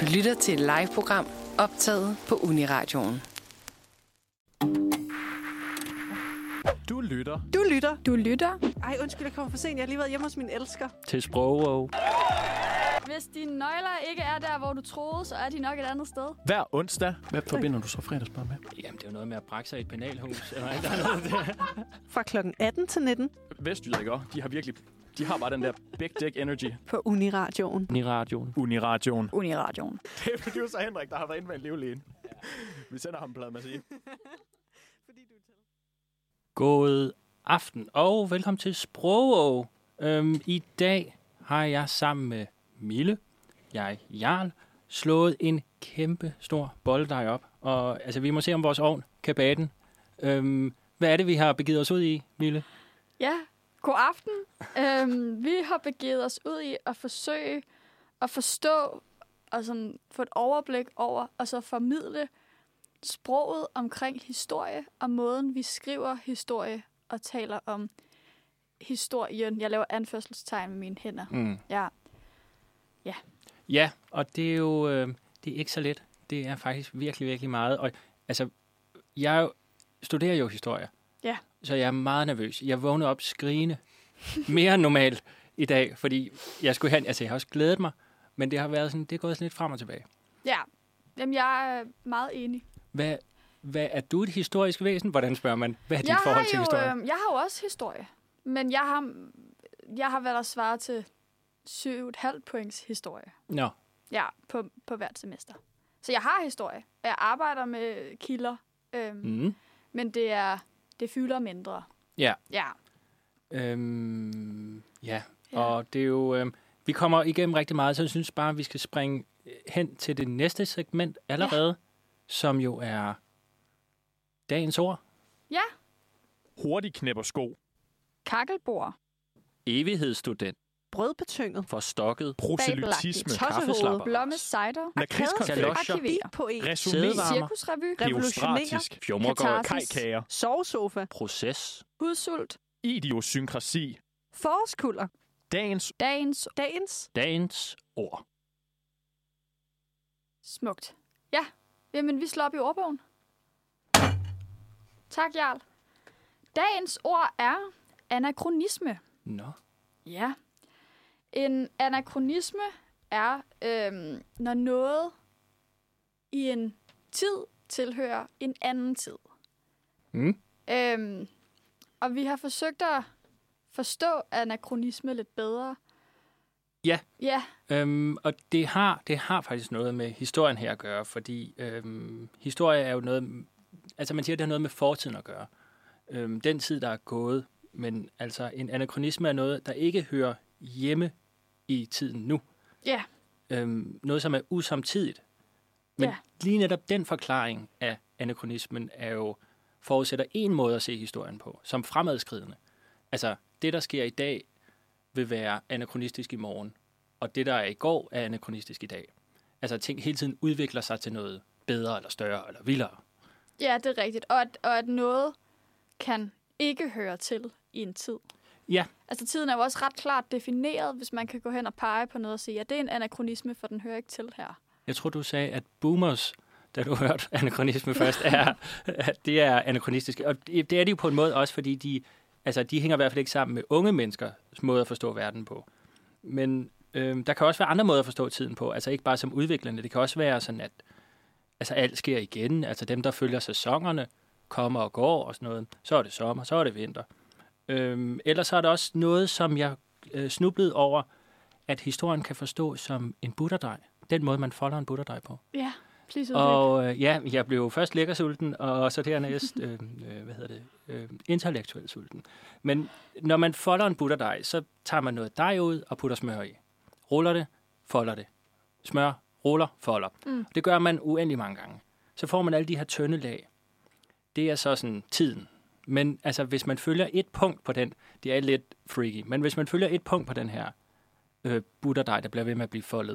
Du lytter til et live-program optaget på Uniradioen. Du lytter. Ej, undskyld, jeg kommer for sent. Jeg har lige været hjemme hos min elsker. Til Sprogov. Hvis dine nøgler ikke er der, hvor du troede, så er de nok et andet sted. Hver onsdag. Hvad forbinder du så fredagsbar med? Jamen, det er jo noget med at brække sig i et penalhus. Eller ikke, der er noget der. Fra klokken 18 til 19 Vestjyder, ikke? De har bare den der big dick energy. på Uniradioen. Uniradioen. Uniradioen. Det er producer Henrik, der har været inde med en livlægen. Vi sender ham en plade med at sige. God aften, og velkommen til Sprogov. I dag har jeg sammen med Mille, Jarl, slået en kæmpe stor bolledej op. Og altså, vi må se, om vores ovn kan bage den. Hvad er det, vi har begivet os ud i, Mille? Ja, god aften. Vi har begivet os ud i at forsøge at forstå og sådan få et overblik over, og så formidle sproget omkring historie, og måden, vi skriver historie og taler om historien. Jeg laver anførselstegn med mine hænder. Ja. Ja, og det er jo det er ikke så let. Det er faktisk virkelig, virkelig meget. Og altså, jeg studerer jo historie. Ja. Så jeg er meget nervøs. Jeg vågnede op skrigende mere end normalt i dag, fordi jeg skulle have, altså jeg har også glædet mig, men det har været sådan, det er gået sådan lidt frem og tilbage. Ja, jamen jeg er meget enig. Hvad er du et historisk væsen? Hvordan spørger man? Hvad er dit forhold til historie? Jeg har jo også historie, men jeg har været der svaret til 7,5 points historie. Nå. Ja, på hvert semester. Så jeg har historie, og jeg arbejder med kilder, men det fylder mindre. Ja. Ja. Ja, og det er jo... vi kommer igennem rigtig meget, så jeg synes bare, at vi skal springe hen til det næste segment allerede, som jo er dagens ord. Ja. Hurtig knæpper sko. Kakkelbord. Evighedsstudent. Brødbetynget. Forstokket. Proselytisme. Kaffeslapper. Blomme cider. Lakridskonfekt. Arkiver. Poet. Resumé. Cirkusrevy. Geostratisk. Fjummergård. Kajkager. Sovesofa. Proces. Hudsult. Idiosynkrasi. Forårskulder. Dagens ord. Smukt. Ja, jamen vi slår op i ordbogen. Tak, Jarl. Dagens ord er anakronisme. Nå. Ja. En anakronisme er, når noget i en tid tilhører en anden tid. Og vi har forsøgt at forstå anakronisme lidt bedre. Ja. Ja. Og det har faktisk noget med historien her at gøre, fordi historie er jo noget... Altså man siger, at det har noget med fortiden at gøre. Den tid, der er gået. Men altså en anakronisme er noget, der ikke hører hjemme i tiden nu. Ja. Noget, som er usamtidigt. Men lige netop den forklaring af anakronismen er jo forudsætter en måde at se historien på, som fremadskridende. Altså det, der sker i dag, vil være anakronistisk i morgen. Og det, der er i går, er anakronistisk i dag. Altså ting hele tiden udvikler sig til noget bedre, eller større, eller vildere. Ja, det er rigtigt. Og at noget kan ikke høre til i en tid. Ja. Altså tiden er jo også ret klart defineret, hvis man kan gå hen og pege på noget og sige, at det er en anakronisme, for den hører ikke til her. Jeg tror, du sagde, at boomers, da du hørte anakronisme først, det er anakronistisk. Og det er de jo på en måde også, fordi de hænger i hvert fald ikke sammen med unge menneskers måde at forstå verden på. Men der kan også være andre måder at forstå tiden på. Altså ikke bare som udviklende. Det kan også være sådan, at alt sker igen. Altså dem, der følger sæsonerne, kommer og går og sådan noget. Så er det sommer, så er det vinter. Ellers så er der også noget, som jeg snublede over, at historien kan forstås som en butterdej. Den måde, man folder en butterdej på. Ja, please. Og jeg blev først lækkersulten, og så dernæst, intellektuelt sulten. Men når man folder en butterdej, så tager man noget dej ud og putter smør i. Ruller det, folder det. Smør, ruller, folder. Det gør man uendelig mange gange. Så får man alle de her tynde lag. Det er så sådan tiden. Men altså, hvis man følger et punkt på den, det er lidt freaky, men hvis man følger et punkt på den her butterdej, der bliver ved med at blive foldet,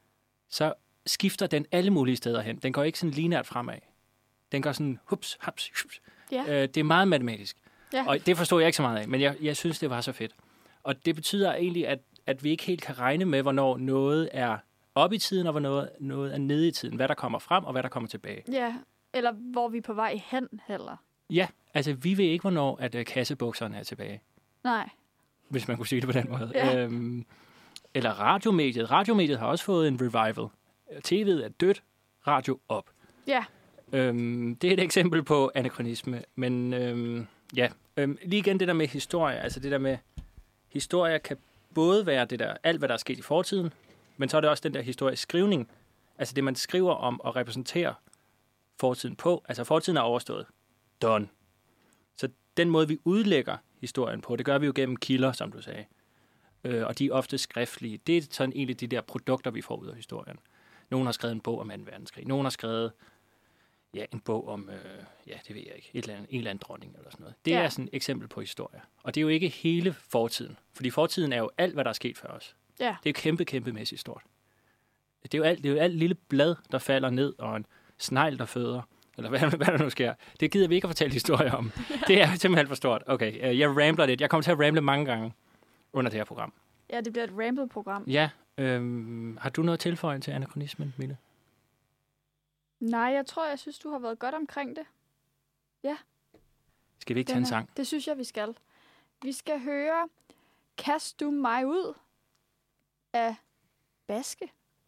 så skifter den alle mulige steder hen. Den går ikke sådan lineært fremad. Den går sådan hups, haps, hups. Ja. Det er meget matematisk. Ja. Og det forstår jeg ikke så meget af, men jeg synes, det var så fedt. Og det betyder egentlig, at vi ikke helt kan regne med, hvornår noget er op i tiden, og noget er nede i tiden. Hvad der kommer frem, og hvad der kommer tilbage. Ja, eller hvor vi er på vej hen heller. Ja, altså vi ved ikke, hvornår at kassebukserne er tilbage. Nej. Hvis man kunne sige det på den måde. Ja. Eller radiomediet. Radiomediet har også fået en revival. TV'et er dødt, radio op. Ja. Det er et eksempel på anakronisme. Men lige igen det der med historie. Altså det der med, historie kan både være det der, alt hvad der er sket i fortiden, men så er det også den der historisk skrivning. Altså det, man skriver om og repræsenterer fortiden på. Altså fortiden er overstået. Done. Så den måde, vi udlægger historien på, det gør vi jo gennem kilder, som du sagde. Og de er ofte skriftlige. Det er sådan egentlig de der produkter, vi får ud af historien. Nogen har skrevet en bog om 2. verdenskrig. Nogen har skrevet en bog om, det ved jeg ikke, en eller anden dronning eller sådan noget. Det er sådan et eksempel på historie. Og det er jo ikke hele fortiden. Fordi fortiden er jo alt, hvad der er sket for os. Ja. Det er jo kæmpemæssigt stort. Det er jo alt lille blad, der falder ned, og en snegl, der føder. Eller hvad der nu sker. Det gider vi ikke at fortælle historier om. Det er simpelthen for stort. Okay, jeg rambler lidt. Jeg kommer til at ramble mange gange under det her program. Ja, det bliver et ramble-program. Ja. Har du noget tilføjelse til anakronismen, Mille? Nej, jeg synes, du har været godt omkring det. Ja. Skal vi ikke tage en sang? Det synes jeg, vi skal. Vi skal høre Kast du mig ud af Baske.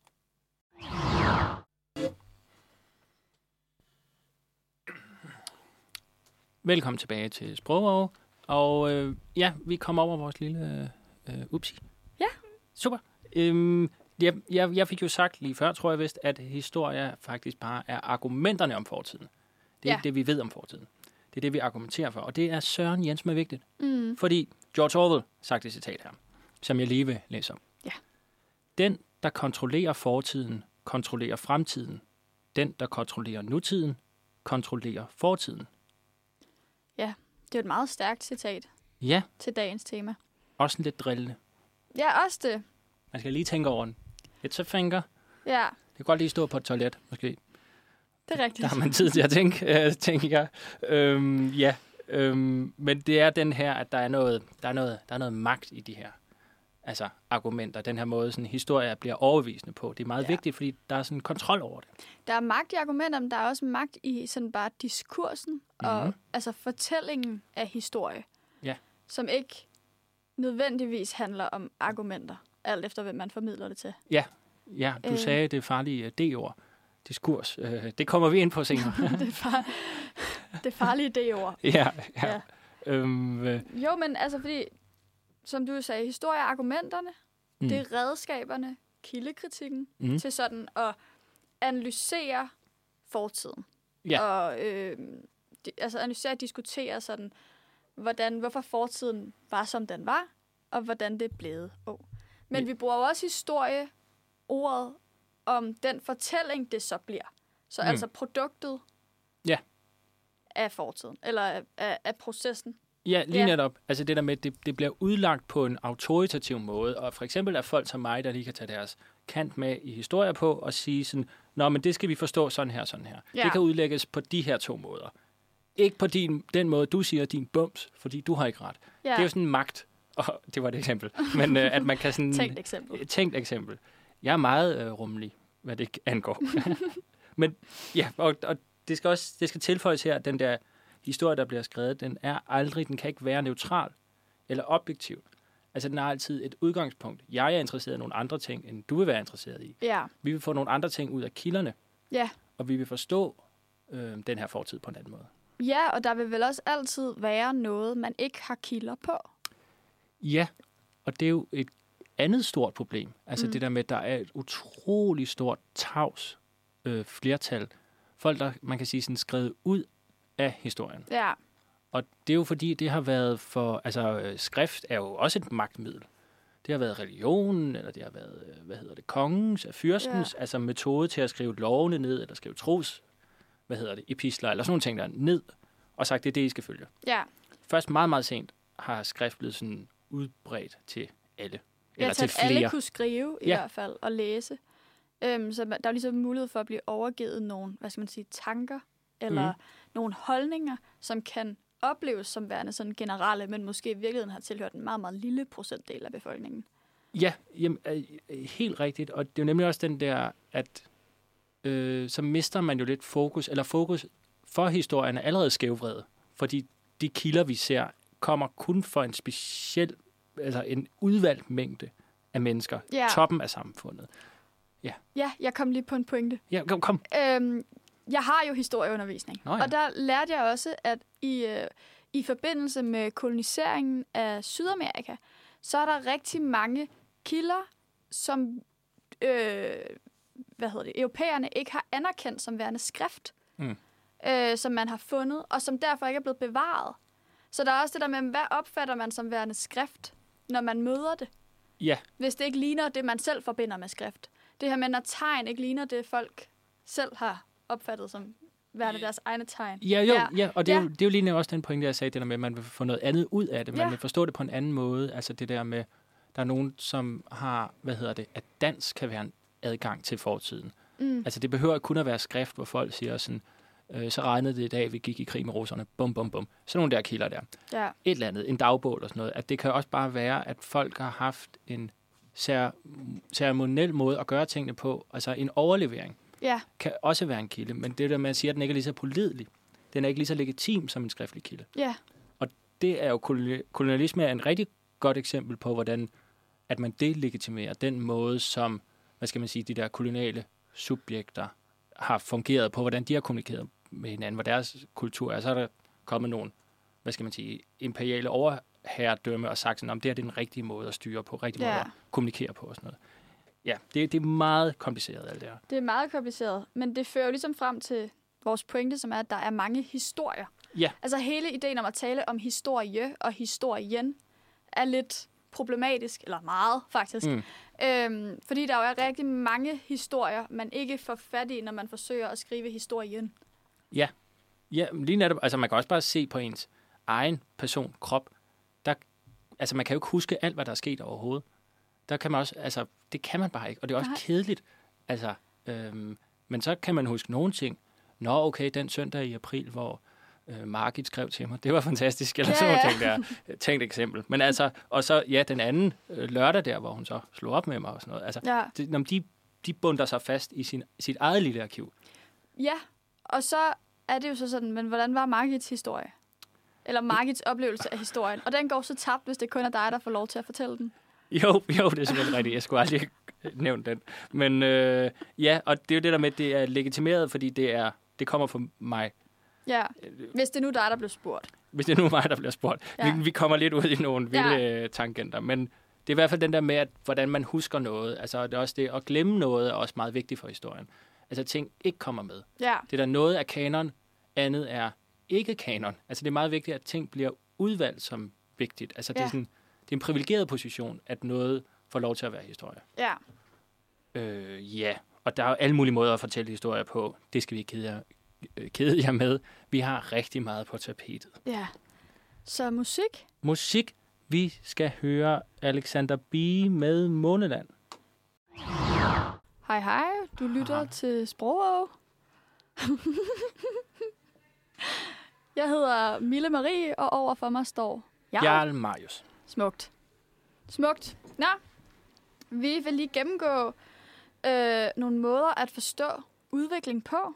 Velkommen tilbage til Sprogov. Og vi kommer over vores lille upsi. Ja. Super. Jeg fik jo sagt lige før, tror jeg vist, at historie faktisk bare er argumenterne om fortiden. Det er ikke det, vi ved om fortiden. Det er det, vi argumenterer for. Og det er Søren Jensen med vigtigt. Mm. Fordi George Orwell sagde det citat her, som jeg lige vil læse om. Ja. Den, der kontrollerer fortiden, kontrollerer fremtiden. Den, der kontrollerer nutiden, kontrollerer fortiden. Ja, det er et meget stærkt citat til dagens tema. Også lidt drillende. Ja, også det. Man skal lige tænke over den. It's a finger. Ja. Det kan godt lige stå på et toilet, måske. Det er rigtigt. Der har man tid til at tænke jeg. Men det er den her, at der er noget magt i de her argumenter. Den her måde, sådan historier bliver overbevisende på. Det er meget vigtigt, fordi der er sådan kontrol over det. Der er magt i argumenterne, men der er også magt i sådan bare diskursen og fortællingen af historie. Ja. Som ikke nødvendigvis handler om argumenter, alt efter hvem man formidler det til. Ja, du sagde det farlige D-ord. Diskurs. Det kommer vi ind på senere. det farlige D-ord. Ja. Jo, men fordi, som du sagde, historie er argumenterne, det er redskaberne, kildekritikken, til sådan at analysere fortiden. Ja. Og analysere og diskutere sådan, hvorfor fortiden var, som den var, og hvordan det er blevet. Men vi bruger jo også historieordet om den fortælling, det så bliver. Så altså produktet af fortiden, eller af processen. Ja, lige netop. Altså det der med, det bliver udlagt på en autoritativ måde, og for eksempel er folk som mig, der lige kan tage deres kant med i historier på, og sige sådan, nå, men det skal vi forstå sådan her. Ja. Det kan udlægges på de her 2 måder. Ikke på den måde, du siger din bums, fordi du har ikke ret. Ja. Det er jo sådan en magt, og det var et eksempel. Men at man kan sådan... Tænkt eksempel. Jeg er meget rummelig, hvad det angår. Men ja, og det skal tilføjes her, at den der historie, der bliver skrevet, den kan ikke være neutral eller objektiv. Altså, den har altid et udgangspunkt. Jeg er interesseret i nogle andre ting, end du vil være interesseret i. Ja. Vi vil få nogle andre ting ud af kilderne. Ja. Og vi vil forstå den her fortid på en anden måde. Ja, og der vil vel også altid være noget, man ikke har kilder på. Ja, og det er jo et andet stort problem. Altså det der med, at der er et utroligt stort tavs flertal. Folk, der man kan sige sådan skrevet ud af historien. Ja. Og det er jo fordi, det har været skrift er jo også et magtmiddel. Det har været religionen, eller det har været, kongens, fyrstens, metode til at skrive lovene ned, eller skrive epistler, eller sådan nogle ting der ned, og sagt, det er det, I skal følge. Ja. Først meget, meget sent har skrift blevet sådan udbredt til alle. Eller til flere. Alle kunne skrive i hvert fald, og læse. Så der er ligesom mulighed for at blive overgivet nogle, tanker, eller nogle holdninger, som kan opleves som værende sådan generelle, men måske i virkeligheden har tilhørt en meget, meget lille procentdel af befolkningen. Ja, jamen, helt rigtigt. Og det er jo nemlig også den der, at så mister man jo lidt fokus, eller fokus for historien er allerede skævvredet. Fordi de kilder, vi ser, kommer kun for en speciel, altså en udvalgt mængde af mennesker. Ja. Toppen af samfundet. Ja, jeg kom lige på en pointe. Ja, kom. Jeg har jo historieundervisning, Nå ja. og der lærte jeg også, at i forbindelse med koloniseringen af Sydamerika, så er der rigtig mange kilder, som europæerne ikke har anerkendt som værende skrift, som man har fundet, og som derfor ikke er blevet bevaret. Så der er også det der med, hvad opfatter man som værende skrift, når man møder det? Ja. Hvis det ikke ligner det, man selv forbinder med skrift. Det her med, når tegn ikke ligner det, folk selv har opfattet som værende deres egne tegn. Ja, og det er jo lige også den pointe, jeg sagde, det der med, at man vil få noget andet ud af det. Man vil forstå det på en anden måde. Altså det der med, der er nogen, som har, at dans kan være en adgang til fortiden. Altså det behøver kun at være skrift, hvor folk siger sådan, så regnede det i dag, vi gik i krig med russerne. Bum, bum, bum. Sådan nogle der kilder der. Ja. Et eller andet, en dagbog eller sådan noget. At det kan også bare være, at folk har haft en ceremoniel måde at gøre tingene på. Altså en overlevering kan også være en kilde. Men det der med at sige, at den ikke er lige så pålidelig. Den er ikke lige så legitim som en skriftlig kilde. Ja. Og det er jo kolonialisme er en rigtig godt eksempel på, hvordan at man delegitimerer den måde, som, de der koloniale subjekter har fungeret på, hvordan de har kommunikeret med hinanden, hvor deres kultur er. Så er der kommet nogle, imperiale overherredømme og sagt sådan, om det her det er den rigtige måde at styre på, rigtig måde at kommunikere på og sådan noget. Ja, det er meget kompliceret alt det her. Det er meget kompliceret, men det fører jo ligesom frem til vores pointe, som er, at der er mange historier. Ja. Altså hele ideen om at tale om historie og historien er lidt problematisk, eller meget faktisk. Fordi der jo er rigtig mange historier, man ikke får fat i, når man forsøger at skrive historien. Ja, lige netop. Altså man kan også bare se på ens egen person, krop. Altså man kan jo ikke huske alt, hvad der er sket overhovedet. Der kan man også, det kan man bare ikke, og det er også kedeligt. Altså, men så kan man huske nogle ting. Nå, okay, den søndag i april, hvor Margit skrev til mig. Det var fantastisk, eller sådan nogle ting der. Tænkt eksempel. Men altså, og så, den anden lørdag der, hvor hun så slog op med mig og sådan noget. Altså, de bunder sig fast i sit eget lille arkiv. Ja, og så er det jo så sådan, men hvordan var Margits historie? Eller Margits oplevelse af historien? Og den går så tabt, hvis det kun er dig, der får lov til at fortælle den. Jo, det er simpelthen rigtigt. Jeg skulle aldrig nævne den. Men og det er jo det der med, at det er legitimeret, fordi det kommer fra mig. Ja, hvis det er nu dig, der bliver spurgt. Hvis det er nu mig, der bliver spurgt. Ja. Vi kommer lidt ud i nogle vilde tangenter, men det er i hvert fald den der med, at hvordan man husker noget. Altså det er også det, at glemme noget er også meget vigtigt for historien. Altså ting ikke kommer med. Ja. Det der noget er kanon, andet er ikke kanon. Altså det er meget vigtigt, at ting bliver udvalgt som vigtigt. Altså det er sådan, det er en privilegeret position, at noget får lov til at være historie. Ja. Og der er jo alle mulige måder at fortælle historier på. Det skal vi ikke kede jer med. Vi har rigtig meget på tapetet. Ja. Så musik? Musik. Vi skal høre Alexander B. med Måneland. Hej. Du lytter til Sprogø. Jeg hedder Mille Marie, og overfor mig står Jarl Marius. Smukt. Nå, vi vil lige gennemgå nogle måder at forstå udvikling på.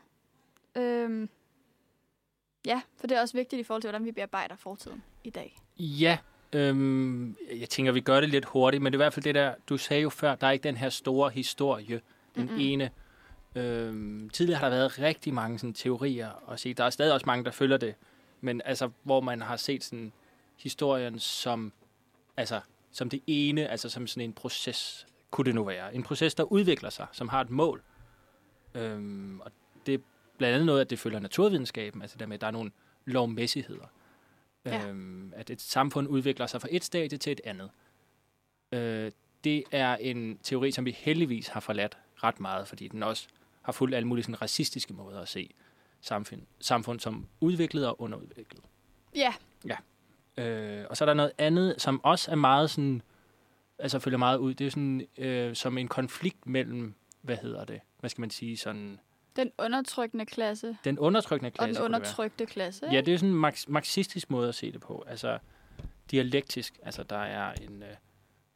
For det er også vigtigt i forhold til, hvordan vi bearbejder fortiden i dag. Ja, jeg tænker, vi gør det lidt hurtigt, men det er i hvert fald det der, du sagde jo før, der er ikke den her store historie, den ene. Tidligere har der været rigtig mange sådan, teorier, og der er stadig også mange, der følger det, men altså, hvor man har set sådan, historien som det ene, altså som sådan en proces, kunne det nu være. En proces, der udvikler sig, som har et mål. Og det er blandt andet noget, at det følger naturvidenskaben, altså der med, at der er nogle lovmæssigheder. At et samfund udvikler sig fra et stadie til et andet. Det er en teori, som vi heldigvis har forladt ret meget, fordi den også har fulgt alle mulige sådan, racistiske måder at se samfund som udviklet og underudviklet. Ja. Og så er der noget andet, som også er meget sådan, altså følger meget ud. Det er sådan som en konflikt mellem, hvad skal man sige, sådan... Den undertrykkende klasse. Og den undertrykte klasse. Ja, det er sådan en marxistisk måde at se det på. Altså dialektisk. Altså der er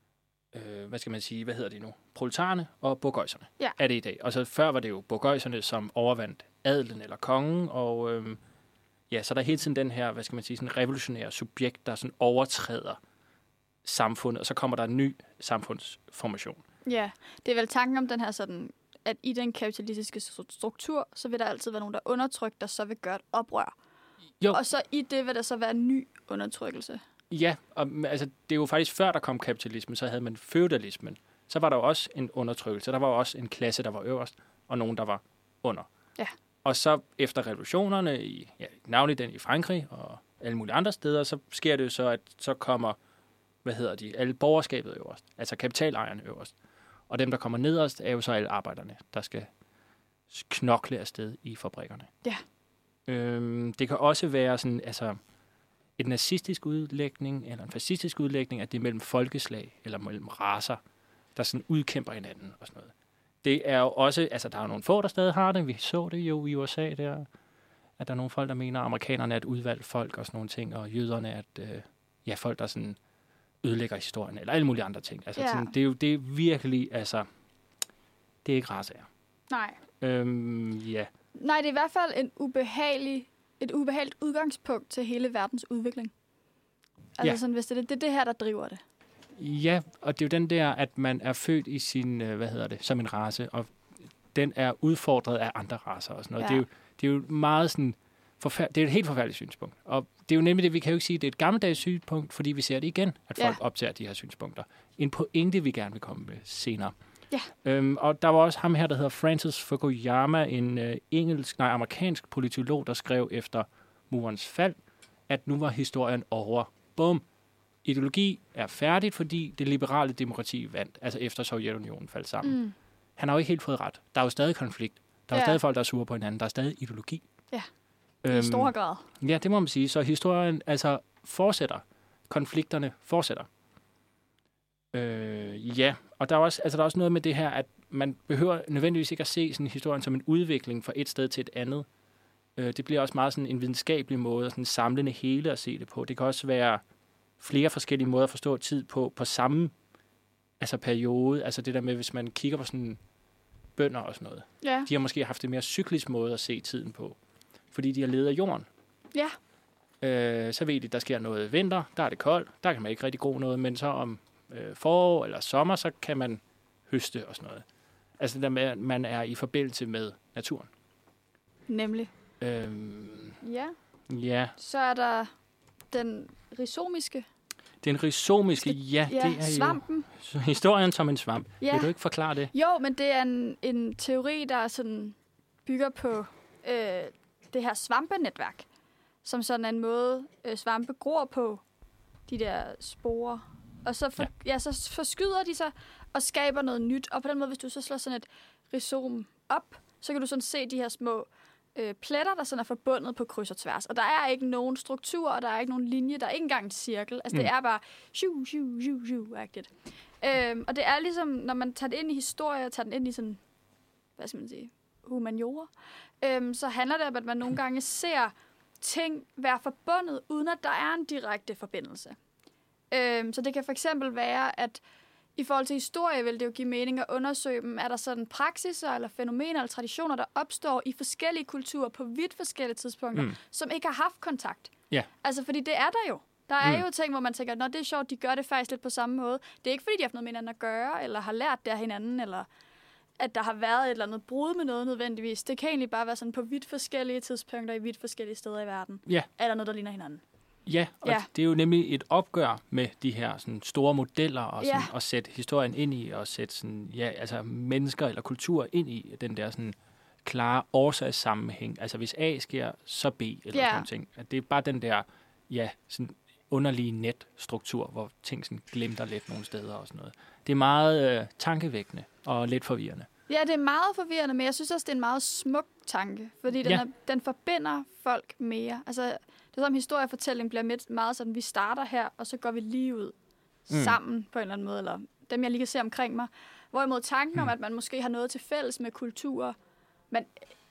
hvad hedder de nu? Proletarerne og burgøjserne Ja. er det i dag. Og så før var det jo burgøjserne, som overvandt adelen eller kongen, og så der er hele tiden den her, sådan revolutionære subjekt, der sådan overtræder samfundet, og så kommer der en ny samfundsformation. Ja, det er vel tanken om den her sådan, at i den kapitalistiske struktur, så vil der altid være nogen, der undertrykker, der så vil gøre et oprør. Jo. Og så i det vil der så være en ny undertrykkelse. Ja, og altså, det er jo faktisk før, der kom kapitalismen, så havde man feudalismen. Så var der jo også en undertrykkelse. Der var jo også en klasse, der var øverst, og nogen, der var under. Ja. Og så efter revolutionerne, navnlig den i Frankrig og alle mulige andre steder, så sker det jo så, at så kommer, alle borgerskabet øverst. Altså kapitalejerne øverst. Og dem, der kommer nederst, er jo så alle arbejderne, der skal knokle afsted i fabrikkerne. Ja. Det kan også være sådan, et nazistisk udlægning eller en fascistisk udlægning, at det er mellem folkeslag eller mellem racer, der sådan udkæmper hinanden og sådan noget. Det er jo også, der er nogle få, der stadig har det. Vi så det jo i USA der, at der er nogle folk, der mener, at amerikanerne er et udvalgt folk og sådan nogle ting, og jøderne er folk, der sådan ødelægger historien, eller alle mulige andre ting. Sådan, det er virkelig, det er ikke raceære. Nej. Ja. Nej, det er i hvert fald et ubehageligt udgangspunkt til hele verdens udvikling. Sådan, hvis det er det her, der driver det. Ja, og det er jo den der, at man er født i sin, som en race, og den er udfordret af andre racer og sådan noget. Ja. Det er jo meget sådan, det er et helt forfærdeligt synspunkt. Og det er jo nemlig det, vi kan jo ikke sige, det er et gammeldags synspunkt, fordi vi ser det igen, at folk optager de her synspunkter. En pointe, vi gerne vil komme med senere. Ja. Og der var også ham her, der hedder Francis Fukuyama, en amerikansk politolog, der skrev efter murens fald, at nu var historien over. Bum. Ideologi er færdigt, fordi det liberale demokrati vandt, altså efter Sovjetunionen faldt sammen. Mm. Han har jo ikke helt fået ret. Der er jo stadig konflikt. Der er jo stadig folk, der er sure på hinanden. Der er stadig ideologi. Ja, i stor grad. Ja, det må man sige. Så historien fortsætter. Konflikterne fortsætter. Og der er også noget med det her, at man behøver nødvendigvis ikke at se sådan historien som en udvikling fra et sted til et andet. Det bliver også meget sådan en videnskabelig måde, sådan en samlende hele at se det på. Det kan også være flere forskellige måder at forstå tid på samme periode. Altså det der med, hvis man kigger på sådan bønder og sådan noget. Ja. De har måske haft en mere cyklisk måde at se tiden på. Fordi de har levet af jorden. Ja. Så ved de, der sker noget vinter, der er det koldt, der kan man ikke rigtig gro noget, men så om forår eller sommer, så kan man høste og sådan noget. Altså det der med, at man er i forbindelse med naturen. Nemlig. Ja. Ja. Så er der den rhizomiske. Den rhizomiske, det er svampen. Jo historien som en svamp. Ja. Vil du ikke forklare det? Jo, men det er en teori, der sådan bygger på det her svampenetværk, som sådan en måde, svampe gror på, de der sporer. Og så, så forskyder de sig og skaber noget nyt. Og på den måde, hvis du så slår sådan et rhizom op, så kan du sådan se de her små pletter, der sådan er forbundet på kryds og tværs. Og der er ikke nogen struktur, og der er ikke nogen linje, der er ikke engang en cirkel. Altså det er bare agtigt. Og det er ligesom, når man tager det ind i historie, og tager den ind i sådan, hvad skal man sige, humaniora, så handler det om, at man nogle gange ser ting være forbundet, uden at der er en direkte forbindelse. Så det kan for eksempel være, at i forhold til historie vil det jo give mening at undersøge dem. Er der sådan praksiser eller fænomener eller traditioner, der opstår i forskellige kulturer på vidt forskellige tidspunkter, som ikke har haft kontakt? Ja. Altså, fordi det er der jo. Der er jo ting, hvor man tænker, det er sjovt, de gør det faktisk lidt på samme måde. Det er ikke, fordi de har haft noget med hinanden at gøre, eller har lært det af hinanden, eller at der har været et eller andet brud med noget nødvendigvis. Det kan egentlig bare være sådan på vidt forskellige tidspunkter i vidt forskellige steder i verden. Ja. Er der noget, der ligner hinanden? Ja, og det er jo nemlig et opgør med de her sådan, store modeller, og sådan, at sætte historien ind i, og sætte sådan, mennesker eller kultur ind i den der sådan, klare årsagssammenhæng. Altså hvis A sker, så B, eller sådan nogle ting. At det er bare den der sådan underlige netstruktur, hvor ting sådan glimter lidt nogle steder og sådan noget. Det er meget tankevækkende og lidt forvirrende. Ja, det er meget forvirrende, men jeg synes også, det er en meget smuk tanke, fordi den forbinder folk mere. Altså, det er som historiefortælling bliver meget sådan, vi starter her, og så går vi lige ud sammen på en eller anden måde, eller dem, jeg lige kan se omkring mig. Hvorimod tanken om, at man måske har noget til fælles med kulturer, man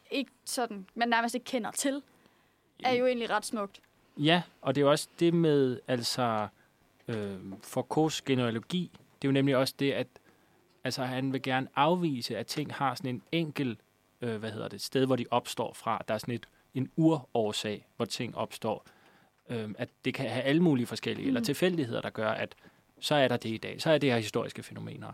nærmest ikke kender til, er jo egentlig ret smukt. Ja, og det er jo også det med, Foucaults genealogi, det er jo nemlig også det, at altså, han vil gerne afvise, at ting har sådan en enkel sted, hvor de opstår fra. Der er sådan en urårsag, hvor ting opstår. At det kan have alle mulige forskellige, eller tilfældigheder, der gør, at så er der det i dag. Så er det her historiske fænomener.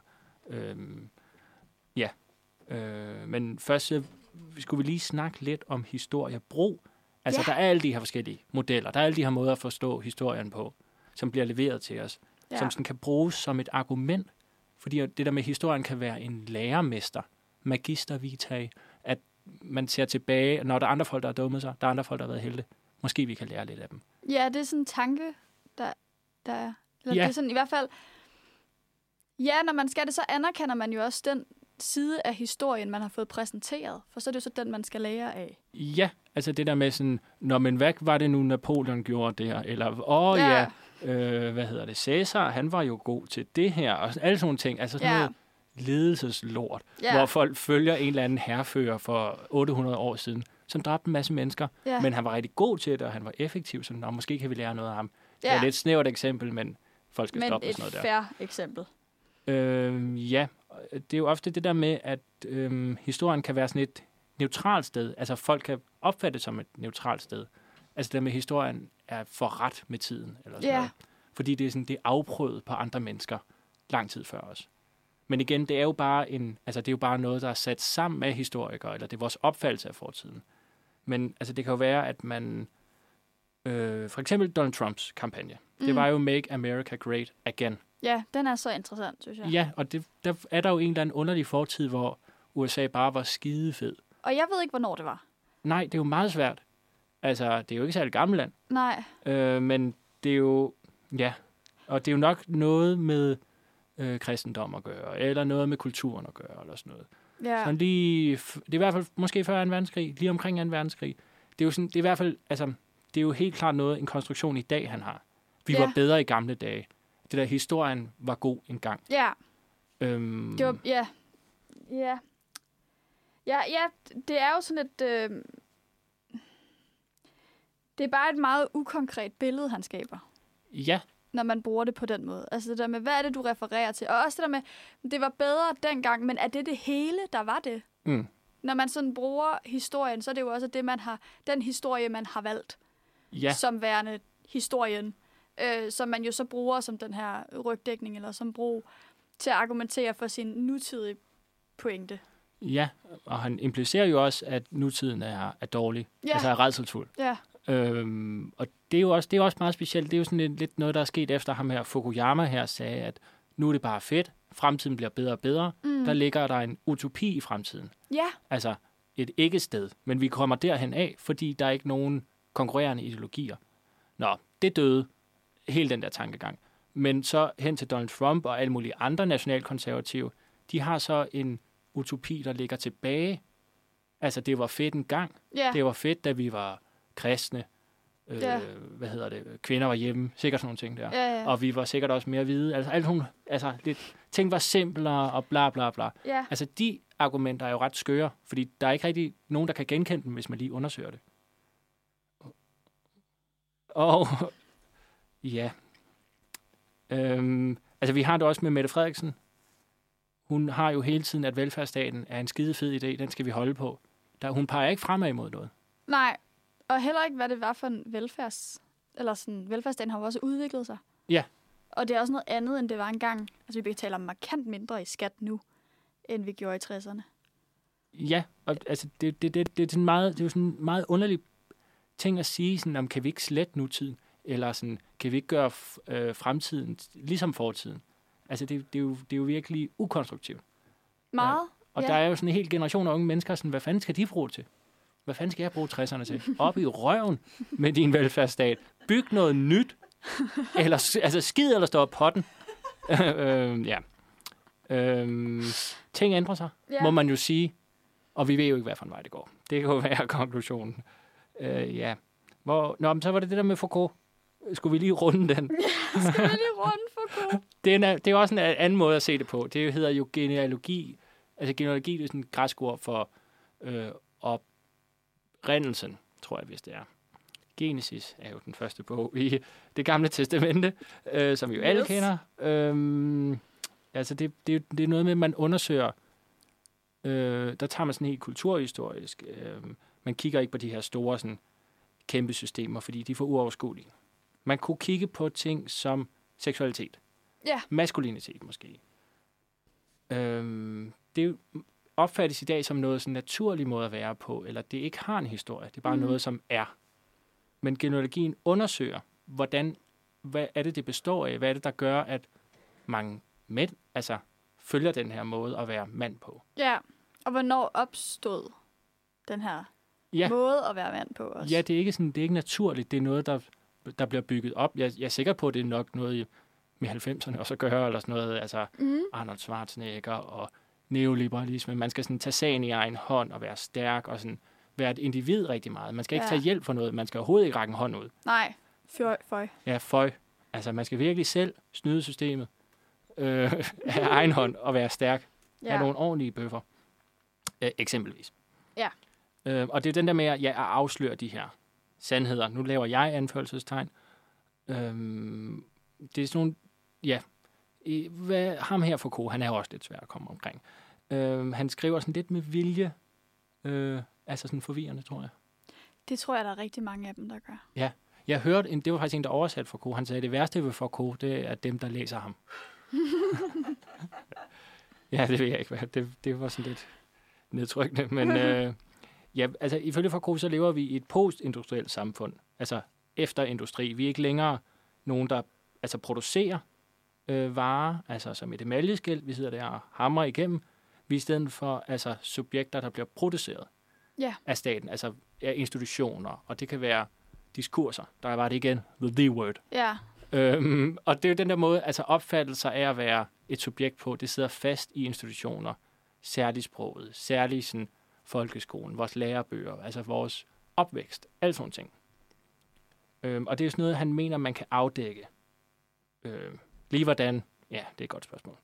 Men først skulle vi lige snakke lidt om historiebrug. Altså, der er alle de her forskellige modeller. Der er alle de her måder at forstå historien på, som bliver leveret til os. Ja. Som sådan kan bruges som et argument. Fordi det der med historien kan være en lærermester. Magister vitae. At man ser tilbage, når der er andre folk, der har dummet sig. Der er andre folk, der har været helte. Måske vi kan lære lidt af dem. Ja, det er sådan en tanke, der er... Eller det er sådan i hvert fald... Ja, når man skal det, så anerkender man jo også den side af historien, man har fået præsenteret. For så er det jo så den, man skal lære af. Ja, altså det der med sådan... men hvad var det nu, Napoleon gjorde der? Eller, Cæsar, han var jo god til det her. Og alle sådan nogle ting. Altså sådan noget ledelseslort. Hvor folk følger en eller anden hærfører for 800 år siden, som dræbte en masse mennesker. Men han var rigtig god til det, og han var effektiv. Så måske kan vi lære noget af ham. Det er et lidt snævert eksempel, men folk skal stoppe sådan noget der. Men et fair eksempel. Det er jo ofte det der med, at historien kan være sådan et neutralt sted. Altså folk kan opfatte det som et neutralt sted. Altså det der med, historien er for ret med tiden. Eller sådan noget. Fordi det er, sådan, det er afprøvet på andre mennesker lang tid før os. Men igen, det er jo bare det er jo bare noget, der er sat sammen med historikere, eller det er vores opfattelse af fortiden. Men altså, det kan jo være, at man... for eksempel Donald Trumps kampagne. Det var jo Make America Great Again. Ja, den er så interessant, synes jeg. Ja, og der er der jo en eller anden underlig fortid, hvor USA bare var skidefed. Og jeg ved ikke, hvornår det var. Nej, det er jo meget svært. Altså, det er jo ikke særlig gammelt land. Nej. Men det er jo... Ja, og det er jo nok noget med kristendom at gøre, eller noget med kulturen at gøre, eller sådan noget. Ja. Sådan lige, det er i hvert fald måske før 2. verdenskrig, lige omkring 2. verdenskrig. Det er jo sådan, det er i hvert fald, altså, det er jo helt klart noget, en konstruktion i dag, han har. Vi var bedre i gamle dage. Det der historien var god engang. Ja. Det var, ja, det er jo sådan et... det er bare et meget ukonkret billede, han skaber. Ja. Når man bruger det på den måde. Altså det der med, hvad er det, du refererer til? Og også det der med, det var bedre dengang, men er det hele, der var det? Når man sådan bruger historien, så er det jo også det, man har, den historie, man har valgt som værende historien, som man jo så bruger som den her rygdækning, eller som brug til at argumentere for sin nutidige pointe. Ja, og han implicerer jo også, at nutiden er dårlig, altså er rædselsfuld. Ja. Og det er jo også meget specielt. Det er jo sådan lidt noget, der er sket efter ham her. Fukuyama her sagde, at nu er det bare fedt. Fremtiden bliver bedre og bedre. Der ligger der en utopi i fremtiden. Ja. Altså et ikke-sted. Men vi kommer derhen af, fordi der er ikke nogen konkurrerende ideologier. Nå, det døde. Hele den der tankegang. Men så hen til Donald Trump og alle mulige andre nationalkonservative, de har så en utopi, der ligger tilbage. Altså, det var fedt en gang. Det var fedt, da vi var kristne. Kvinder var hjemme. Sikkert sådan nogle ting der. Og vi var sikkert også mere hvide. Lidt ting var simplere og bla bla bla. Altså, de argumenter er jo ret skøre, fordi der er ikke rigtig nogen, der kan genkende dem, hvis man lige undersøger det. Og ja. Vi har det også med Mette Frederiksen. Hun har jo hele tiden, at velfærdsstaten er en skidefed idé. Den skal vi holde på. Hun peger ikke fremad imod noget. Nej, og heller ikke, hvad det var for en velfærdsstaten har jo også udviklet sig. Ja. Og det er også noget andet, end det var engang. Altså, vi betaler markant mindre i skat nu, end vi gjorde i 60'erne. Ja, og altså, det er sådan meget, det er jo sådan en meget underlig ting at sige, sådan, om kan vi ikke slette nutiden, eller sådan, kan vi ikke gøre fremtiden ligesom fortiden. Altså, det er jo virkelig ukonstruktivt. Meget, Og der er jo sådan en hel generation af unge mennesker, sådan, hvad fanden skal de bruge til? Hvad fanden skal jeg bruge 60'erne til? Op i røven med din velfærdsstat. Byg noget nyt. Eller skid eller stå op potten. Ting ændrer sig, må man jo sige. Og vi ved jo ikke, hvad for en vej det går. Det kan jo være konklusionen. Så var det der med Foucault. Skulle vi lige runde den? Skal vi lige runde Foucault? Det er også en anden måde at se det på. Det hedder jo genealogi. Altså genealogi, det er sådan et græsk ord for oprindelsen, tror jeg, hvis det er. Genesis er jo den første bog i Det Gamle Testamente, som vi jo alle kender. Altså, det er noget med, at man undersøger. Der tager man sådan helt kulturhistorisk. Man kigger ikke på de her store, sådan, kæmpe systemer, fordi de er for uoverskuelige. Man kunne kigge på ting som seksualitet. Ja. Maskulinitet, måske. Det opfattes i dag som noget sådan naturlig måde at være på, eller det ikke har en historie. Det er bare noget, som er. Men genealogien undersøger, hvad er det består af? Hvad er det, der gør, at mange mænd følger den her måde at være mand på? Ja, og hvornår opstod den her måde at være mand på også? Ja, det er ikke naturligt. Det er noget, der bliver bygget op. Jeg er sikker på, at det er nok noget med 90'erne også at gøre, eller sådan noget. Altså Arnold Schwarzenegger og neoliberalisme. Man skal sådan tage sagen i egen hånd og være stærk og sådan være et individ rigtig meget. Man skal ikke tage hjælp for noget. Man skal overhovedet ikke række en hånd ud. Nej. Føj. Ja, føj. Altså, man skal virkelig selv snyde systemet af egen hånd og være stærk. Have nogle ordentlige bøffer. Eksempelvis. Ja. Og det er den der med at afsløre de her sandheder. Nu laver jeg anførselstegn. Det er sådan nogle... Ja. Ham her Foucault, han er jo også lidt svær at komme omkring. Han skriver sådan lidt med vilje. Altså sådan forvirrende, tror jeg. Det tror jeg, der er rigtig mange af dem, der gør. Ja. Jeg hørte, det var faktisk en, der oversatte Foucault. Han sagde, at det værste ved Foucault, det er dem, der læser ham. Ja, det ved jeg ikke. Det var sådan lidt nedtrykkende. Men altså ifølge Foucault, så lever vi i et postindustrielt samfund. Altså efter industri. Vi er ikke længere nogen, der producerer varer, altså som et emaljeskilt. Vi sidder der og hamrer igennem. Vi er i stedet for subjekter, der bliver produceret af staten, altså af institutioner. Og det kan være diskurser. Der var det igen. The word. Ja. Og det er jo den der måde, opfattelser af at være et subjekt på, det sidder fast i institutioner. Særligt sproget, særligt sådan folkeskolen, vores lærebøger, altså vores opvækst, alt sådan ting. Og det er sådan noget, han mener, man kan afdække. Lige hvordan? Ja, det er et godt spørgsmål.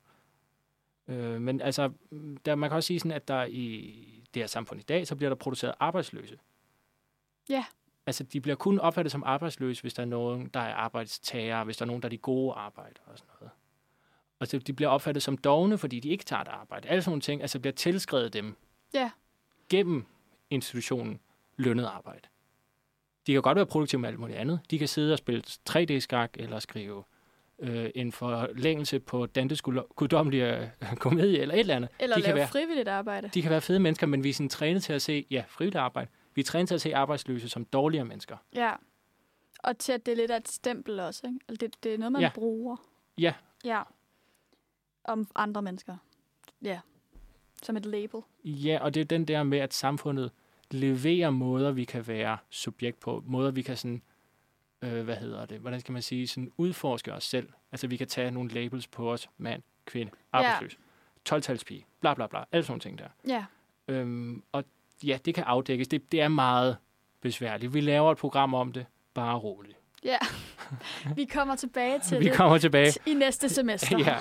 Men man kan også sige sådan, at der i det her samfund i dag, så bliver der produceret arbejdsløse. Ja. Altså, de bliver kun opfattet som arbejdsløse, hvis der er nogen, der er arbejdstagere, hvis der er nogen, der er de gode arbejdere og sådan noget. Og så de bliver opfattet som dovne, fordi de ikke tager et arbejde. Alle sådan nogle ting, bliver tilskrevet dem gennem institutionen lønnet arbejde. De kan godt være produktive med alt muligt andet. De kan sidde og spille 3D-skak eller skrive en forlængelse på Dantes guddommelige komedie eller et eller andet. Eller lave frivilligt arbejde. De kan være fede mennesker, men vi er sådan trænet til at se, frivilligt arbejde. Vi er trænet til at se arbejdsløse som dårligere mennesker. Ja. Og til at det er lidt af et stempel også, ikke? Altså det er noget, man bruger. Ja. Ja. Om andre mennesker. Ja. Som et label. Ja, og det er den der med, at samfundet leverer måder, vi kan være subjekt på. Måder, vi kan sådan, hvordan skal man sige, sådan udforske os selv. Altså, vi kan tage nogle labels på os. Mand, kvinde, arbejdsløs, 12-talspige, bla bla bla. Alle sådan ting der. Ja. Og ja, det kan afdækkes. Det er meget besværligt. Vi laver et program om det. Bare roligt. Ja. Vi kommer tilbage til det i næste semester. Ja.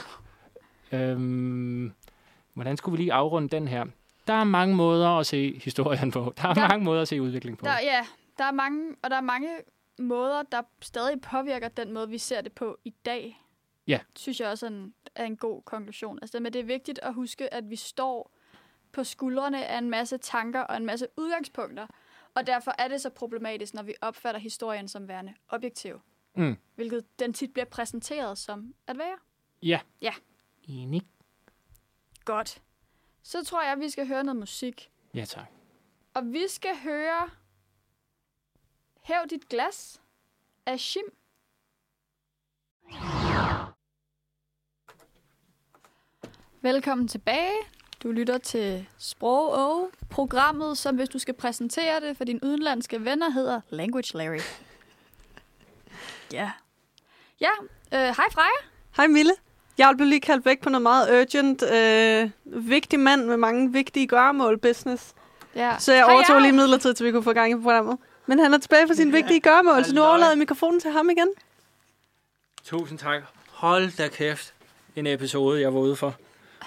Hvordan skulle vi lige afrunde den her? Der er mange måder at se historien på. Der er mange måder at se udvikling på. Der er mange måder, der stadig påvirker den måde, vi ser det på i dag. Ja. Synes jeg også er en god konklusion. Altså, men det er vigtigt at huske, at vi står på skuldrene af en masse tanker og en masse udgangspunkter. Og derfor er det så problematisk, når vi opfatter historien som værende objektiv. Hvilket den tit bliver præsenteret som at være. Ja. Ja. Enig. Godt. Så tror jeg, at vi skal høre noget musik. Ja, tak. Og vi skal høre Hæv dit glas af Shim. Velkommen tilbage. Du lytter til Sprog programmet, som hvis du skal præsentere det for dine udenlandske venner, hedder Language Larry. Ja. Ja, hej Freja. Hej Mille. Jeg blev lige kaldt væk på noget meget urgent, vigtig mand med mange vigtige gøremål business. Ja. Så jeg overtog lige midlertid, til vi kunne få gang i programmet. Men han er tilbage for sine vigtige gøremål, så nu overlader jeg mikrofonen til ham igen. Tusind tak. Hold da kæft. En episode, jeg var ude for.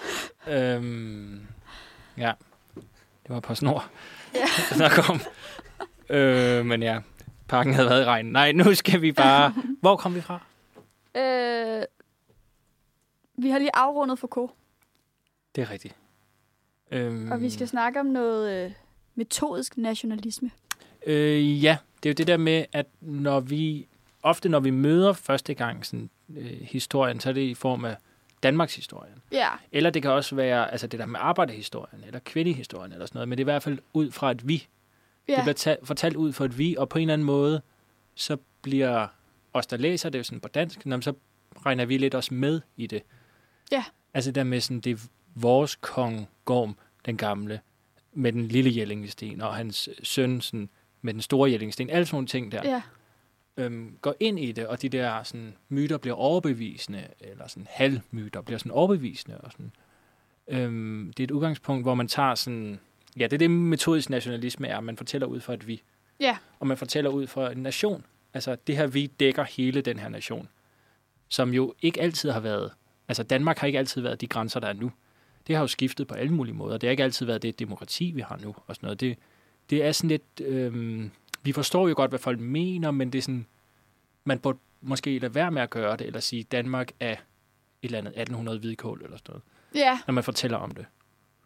Ja, det var på snor. Ja. Der kom. Men ja, pakken havde været i regnen. Nej, nu skal vi bare... Hvor kom vi fra? vi har lige afrundet Foucault, Det er rigtigt. og vi skal snakke om noget metodisk nationalisme. Ja, det er jo det der med, at når vi møder første gang sådan, historien, så er det i form af Danmarks historien. Ja, Eller det kan også være altså det der med arbejderhistorien, eller kvindehistorien, eller sådan noget. Men det er i hvert fald ud fra et vi. ja, Det bliver fortalt ud fra et vi, og på en eller anden måde, så bliver os, der læser det sådan på dansk, så regner vi lidt også med i det. Ja. Altså der med sådan, det er vores kong Gorm, den gamle, med den lille Jellingsten, og hans søn sådan, med den store Jellingsten. Alle sådan nogle ting der. ja, Går ind i det, og de der sådan, myter bliver overbevisende, eller sådan halvmyter bliver sådan overbevisende. Og sådan. Det er et udgangspunkt, hvor man tager sådan... Ja, det er det metodisk nationalisme er. Man fortæller ud fra et vi. ja, Og man fortæller ud fra en nation. Altså, det her vi dækker hele den her nation. Som jo ikke altid har været... Altså, Danmark har ikke altid været de grænser, der er nu. Det har jo skiftet på alle mulige måder. Det har ikke altid været det demokrati, vi har nu. Og sådan noget. Det er sådan lidt... vi forstår jo godt, hvad folk mener, men det er sådan... Man burde måske lade være med at gøre det, eller sige, Danmark er et eller andet 1800 hvidkål, eller sådan noget. ja, Når man fortæller om det.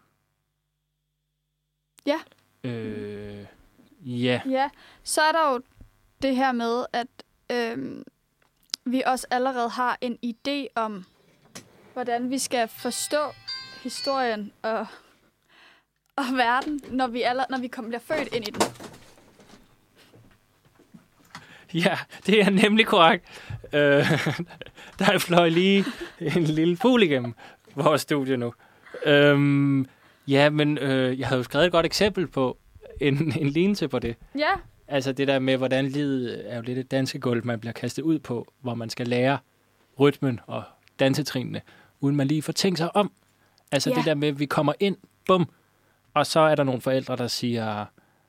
Ja. Ja. ja. Så er der jo det her med, at vi også allerede har en idé om, hvordan vi skal forstå historien og verden, når vi bliver født ind i den. Ja, det er nemlig korrekt. Der fløj lige en lille fugl igennem vores studie nu. Ja, men jeg havde jo skrevet et godt eksempel på en lignelse på det. Ja, Altså det der med, hvordan livet er jo lidt et dansegulv, man bliver kastet ud på, hvor man skal lære rytmen og dansetrinene, uden man lige får tænkt sig om. Altså det der med, at vi kommer ind, bum, og så er der nogle forældre, der siger,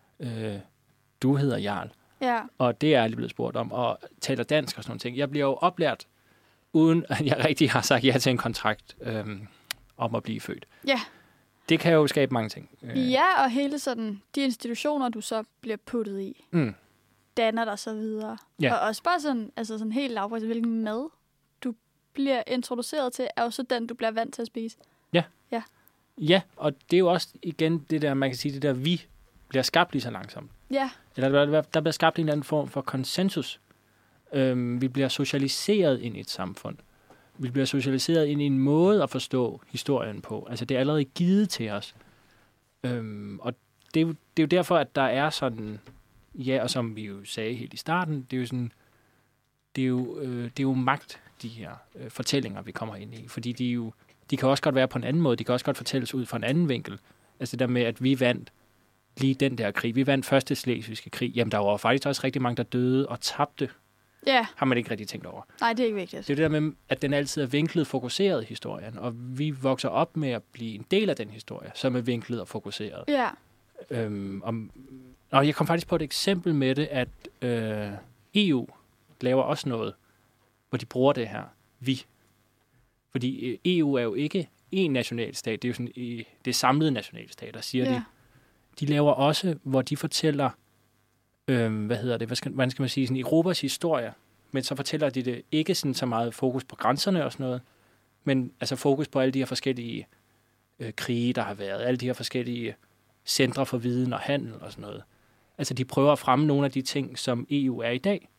du hedder Jarl. ja, Og det er jeg lige blevet spurgt om, og taler dansk og sådan nogle ting. Jeg bliver jo oplært, uden at jeg rigtig har sagt ja til en kontrakt om at blive født. ja. Det kan jo skabe mange ting. Ja, og hele sådan, de institutioner, du så bliver puttet i, danner dig så videre. Ja. Og også bare sådan, altså sådan helt lavpræcis, hvilken mad du bliver introduceret til, er jo så den, du bliver vant til at spise. Ja, og det er jo også igen det der, man kan sige, det der vi bliver skabt lige så langsomt. Ja, Eller der bliver skabt en eller anden form for konsensus. Vi bliver socialiseret ind i et samfund. Vi bliver socialiseret ind i en måde at forstå historien på. Altså det er allerede givet til os. Og det er jo derfor, at der er sådan, ja, og som vi jo sagde helt i starten, det er jo sådan, det er jo magt, de her fortællinger, vi kommer ind i. Fordi de kan også godt være på en anden måde. De kan også godt fortælles ud fra en anden vinkel. Altså det der med, at vi vandt lige den der krig. Vi vandt første slesvigske krig. Jamen, der var faktisk også rigtig mange, der døde og tabte. ja. Har man ikke rigtig tænkt over. Nej, det er ikke vigtigt. Det er det der med, at den altid er vinklet fokuseret, historien. Og vi vokser op med at blive en del af den historie, som er vinklet og fokuseret. Ja, Og jeg kom faktisk på et eksempel med det, at EU laver også noget, hvor de bruger det her vi. Fordi EU er jo ikke én nationalstat. Det er jo sådan, det er samlede nationalstater, siger de. De laver også, hvor de fortæller, hvordan skal man sige, sådan Europas historie, men så fortæller de det ikke sådan så meget fokus på grænserne og sådan noget, men altså fokus på alle de her forskellige krige, der har været, alle de her forskellige centre for viden og handel og sådan noget. Altså de prøver at fremme nogle af de ting, som EU er i dag,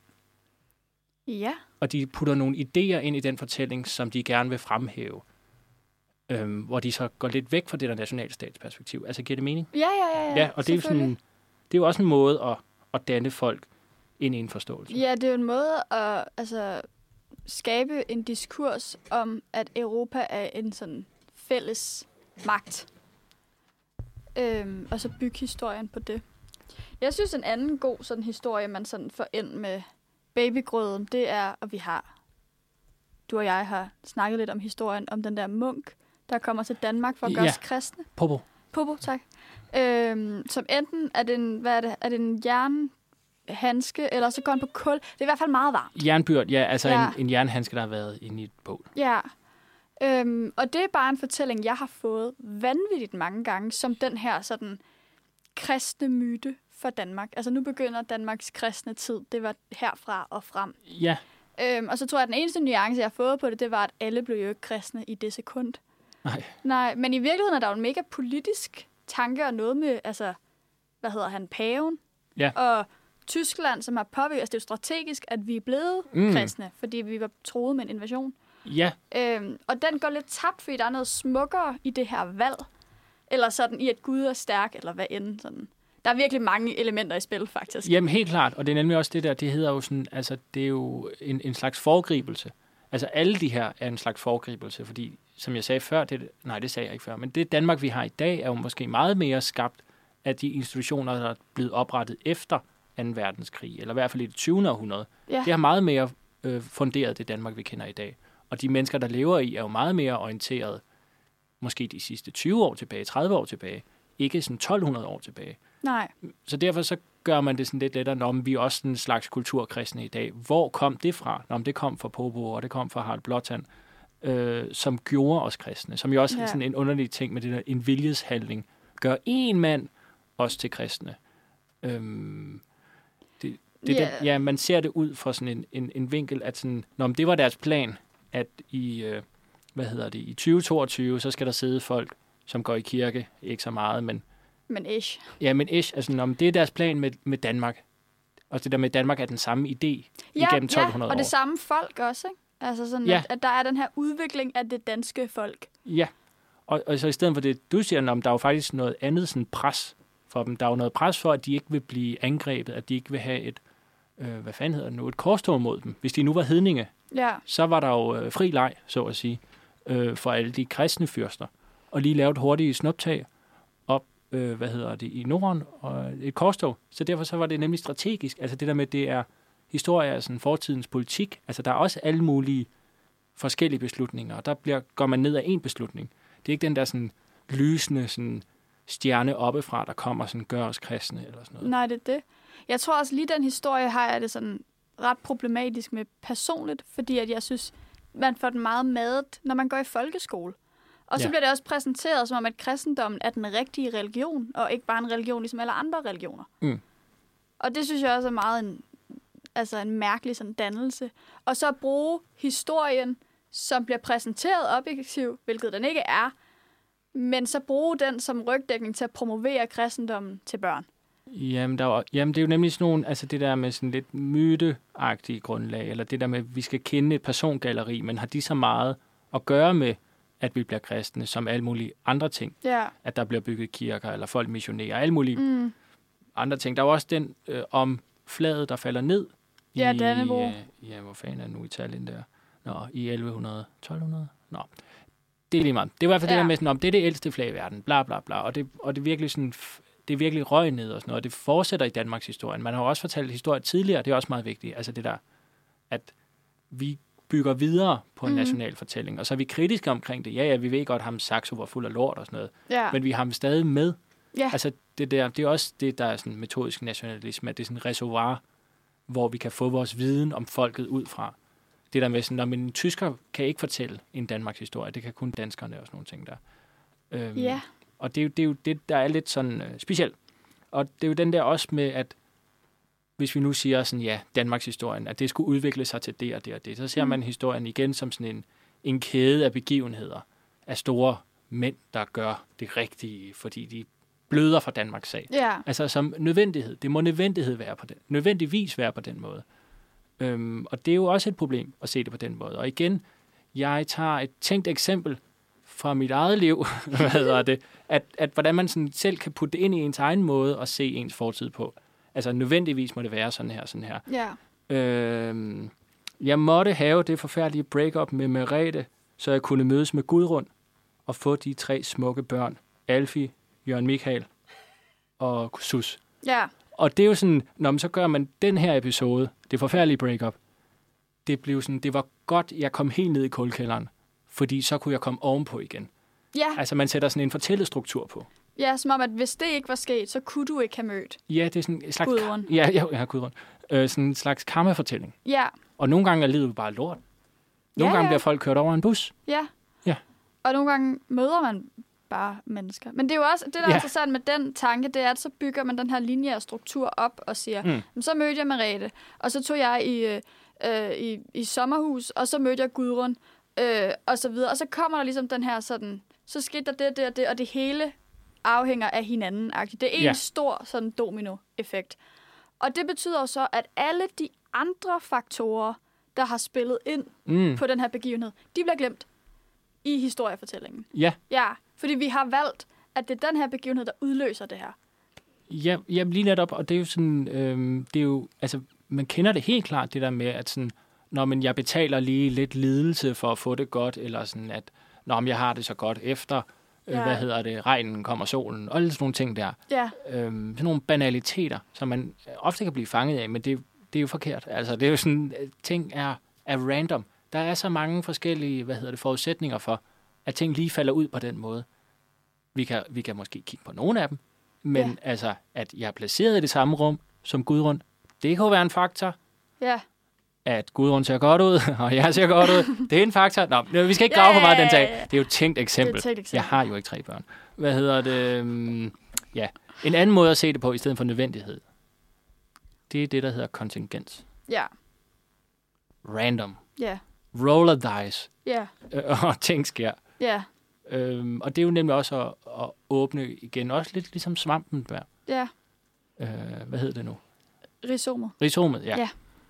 ja, og de putter nogle idéer ind i den fortælling, som de gerne vil fremhæve, hvor de så går lidt væk fra det der nationalstatsperspektiv. Altså giver det mening? ja, Ja, og det er jo sådan, det er jo også en måde at danne folk ind i en forståelse. Ja, det er jo en måde at skabe en diskurs om, at Europa er en sådan fælles magt. Og så bygge historien på det. Jeg synes, en anden god sådan historie, man sådan får ind med babygrøden, det er, og du og jeg har snakket lidt om historien, om den der munk, der kommer til Danmark for at gøre os kristne. Popo, tak. Som enten er det en jernhandske, eller så går den på kul. Det er i hvert fald meget varmt. Jernbyrd, ja, altså en jernhandske, der har været inde i et bål. Ja, og det er bare en fortælling, jeg har fået vanvittigt mange gange, som den her sådan kristne myte for Danmark. Altså nu begynder Danmarks kristne tid, det var herfra og frem. Ja. Og så tror jeg, at den eneste nuance, jeg har fået på det var, at alle blev jo ikke kristne i det sekund. Nej, men i virkeligheden er der jo en mega politisk tanke og noget med, altså, paven? Ja. Og Tyskland, som har påvirket, altså det er jo strategisk, at vi er blevet kristne, fordi vi var troet med en invasion. Ja. Og den går lidt tabt, fordi der er noget smukkere i det her valg. Eller sådan i, at Gud er stærk, eller hvad end. Sådan. Der er virkelig mange elementer i spil, faktisk. Jamen, helt klart. Og det er nemlig også det der, det hedder jo sådan, altså, det er jo en slags foregribelse. Altså, alle de her er en slags foregribelse, fordi, som jeg sagde før, det sagde jeg ikke før, men det Danmark, vi har i dag, er jo måske meget mere skabt af de institutioner, der er blevet oprettet efter 2. verdenskrig, eller i hvert fald i det 20. århundrede. Ja. Det har meget mere funderet det Danmark, vi kender i dag. Og de mennesker, der lever i, er jo meget mere orienteret, måske de sidste 20 år tilbage, 30 år tilbage, ikke sådan 1200 år tilbage. Nej. Så derfor så gør man det sådan lidt lettere, når vi er også en slags kulturkristne i dag. Hvor kom det fra? Når det kom fra Popo, og det kom fra Harald Blåtand, som gjorde os kristne. Som jo også er sådan en underlig ting med det der, en viljeshandling. Gør en mand os til kristne. Man ser det ud fra sådan en vinkel, at sådan, det var deres plan, at i, i 2022, så skal der sidde folk, som går i kirke, ikke så meget, men ish. Ja, men ish. Altså, det er deres plan med Danmark. Og det der med, Danmark er den samme idé igennem 1200 år. Og det samme folk også, ikke? Altså sådan, at der er den her udvikling af det danske folk. Ja, og så i stedet for det, du siger, der er jo faktisk noget andet sådan pres for dem. Der er jo noget pres for, at de ikke vil blive angrebet, at de ikke vil have et, et korstog mod dem. Hvis de nu var hedninge, så var der jo fri leg, så at sige, for alle de kristne fyrster. Og lige lavet hurtige snuptag op, i Norden, og et korstog. Så derfor så var det nemlig strategisk. Altså det der med, det er historie af sådan fortidens politik. Altså der er også alle mulige forskellige beslutninger, og der går man ned af en beslutning. Det er ikke den der sådan lysende sådan stjerne oppefra, der kommer og sådan gør os kristne eller sådan noget. Nej, det er det. Jeg tror også lige den historie har jeg det sådan ret problematisk med personligt, fordi at jeg synes, man får den meget madet, når man går i folkeskole. Og så bliver det også præsenteret som om, at kristendommen er den rigtige religion, og ikke bare en religion ligesom alle andre religioner. Mm. Og det synes jeg også er meget en mærkelig sådan dannelse. Og så bruge historien, som bliver præsenteret objektivt, hvilket den ikke er, men så bruge den som rygdækning til at promovere kristendommen til børn. Jamen, det er jo nemlig sådan nogle, altså det der med sådan lidt myteagtige grundlag, eller det der med, at vi skal kende et persongalleri, men har de så meget at gøre med, at vi bliver kristne, som alle mulige andre ting. Ja. At der bliver bygget kirker, eller folk missionerer, alle mulige andre ting. Der er jo også den om flaget, der falder ned. Ja, Dannebrog. Hvor fanden er nu Italien der? I 1100, 1200? Det er lige meget. Det er i hvert fald det der med sådan, det er det ældste flag i verden, bla bla bla. Og det er virkelig sådan, det er virkelig røg ned og sådan noget, og det fortsætter i Danmarks historie. Man har jo også fortalt historie tidligere, det er også meget vigtigt. Altså det der, at vi bygger videre på en national fortælling, og så er vi kritiske omkring det. Ja, vi ved godt, at ham Saxo var fuld af lort og sådan noget, men vi har ham stadig med. Ja. Altså det er også det, der er sådan metodisk nationalisme, at det er sådan en reservoir, hvor vi kan få vores viden om folket ud fra. Det der med sådan, en tysker kan ikke fortælle en Danmarks historie, det kan kun danskerne og sådan nogle ting der. Og det er jo det, der er lidt sådan specielt. Og det er jo den der også med, at hvis vi nu siger sådan, Danmarks historien, at det skulle udvikle sig til det og det og det, så ser man historien igen som sådan en kæde af begivenheder, af store mænd, der gør det rigtige, fordi de bløder for Danmarks sag. Yeah. Altså som nødvendighed. Det må nødvendigvis være på den måde. Og det er jo også et problem at se det på den måde. Og igen, jeg tager et tænkt eksempel fra mit eget liv, at hvordan man sådan selv kan putte det ind i ens egen måde og se ens fortid på. Altså nødvendigvis må det være sådan her. Yeah. Jeg måtte have det forfærdelige break-up med Merete, så jeg kunne mødes med Gudrun og få de 3 smukke børn. Alfie, Jørgen Michael og Sus. Ja. Yeah. Og det er jo sådan, så gør man den her episode, det forfærdelige break-up, det var godt, jeg kom helt ned i kulkælderen, fordi så kunne jeg komme ovenpå igen. Ja. Yeah. Altså man sætter sådan en fortællestruktur på. Ja, som om, at hvis det ikke var sket, så kunne du ikke have mødt. Ja, det er sådan en slags Gudrun. Gudrun. Sådan en slags karmafortælling. Ja. Og nogle gange er livet bare lort. Nogle gange bliver folk kørt over en bus. Ja. Ja. Og nogle gange møder man bare mennesker. Men det er jo også, det der er interessant med den tanke, det er, at så bygger man den her lineære struktur op og siger, så mødte jeg Merete, og så tog jeg i i sommerhus, og så mødte jeg Gudrun, og så videre. Og så kommer der ligesom den her sådan, så skete der det, og det hele afhænger af hinanden. Det er en stor sådan domino-effekt. Og det betyder jo så, at alle de andre faktorer, der har spillet ind på den her begivenhed, de bliver glemt i historiefortællingen. Ja. Ja, fordi vi har valgt, at det er den her begivenhed, der udløser det her. Ja, lige netop, og det er jo sådan, det er jo, altså, man kender det helt klart, det der med, at sådan, når man, jeg betaler lige lidt lidelse for at få det godt, eller sådan, at når jeg har det så godt efter, regnen kommer solen, og alle sådan nogle ting der. Ja. Sådan nogle banaliteter, som man ofte kan blive fanget af, men det er jo forkert. Altså, det er jo sådan, ting er random. Der er så mange forskellige, forudsætninger for, at ting lige falder ud på den måde. Vi kan måske kigge på nogle af dem, men altså, at jeg er placeret i det samme rum som Gudrun, det kan jo være en faktor. Ja. At Gudrun ser godt ud, og jeg ser godt ud, det er en faktor. Nå, vi skal ikke grave for meget den sag. Det er jo et tænkt eksempel. Jeg har jo ikke 3 børn. En anden måde at se det på, i stedet for nødvendighed, det er det, der hedder kontingens. Ja. Random. Ja. Roller dice. Ja. Og ting sker. Ja. Og det er jo nemlig også at åbne igen, også lidt ligesom svampen der. Ja. Hvad hedder det nu? Rhizomet, ja.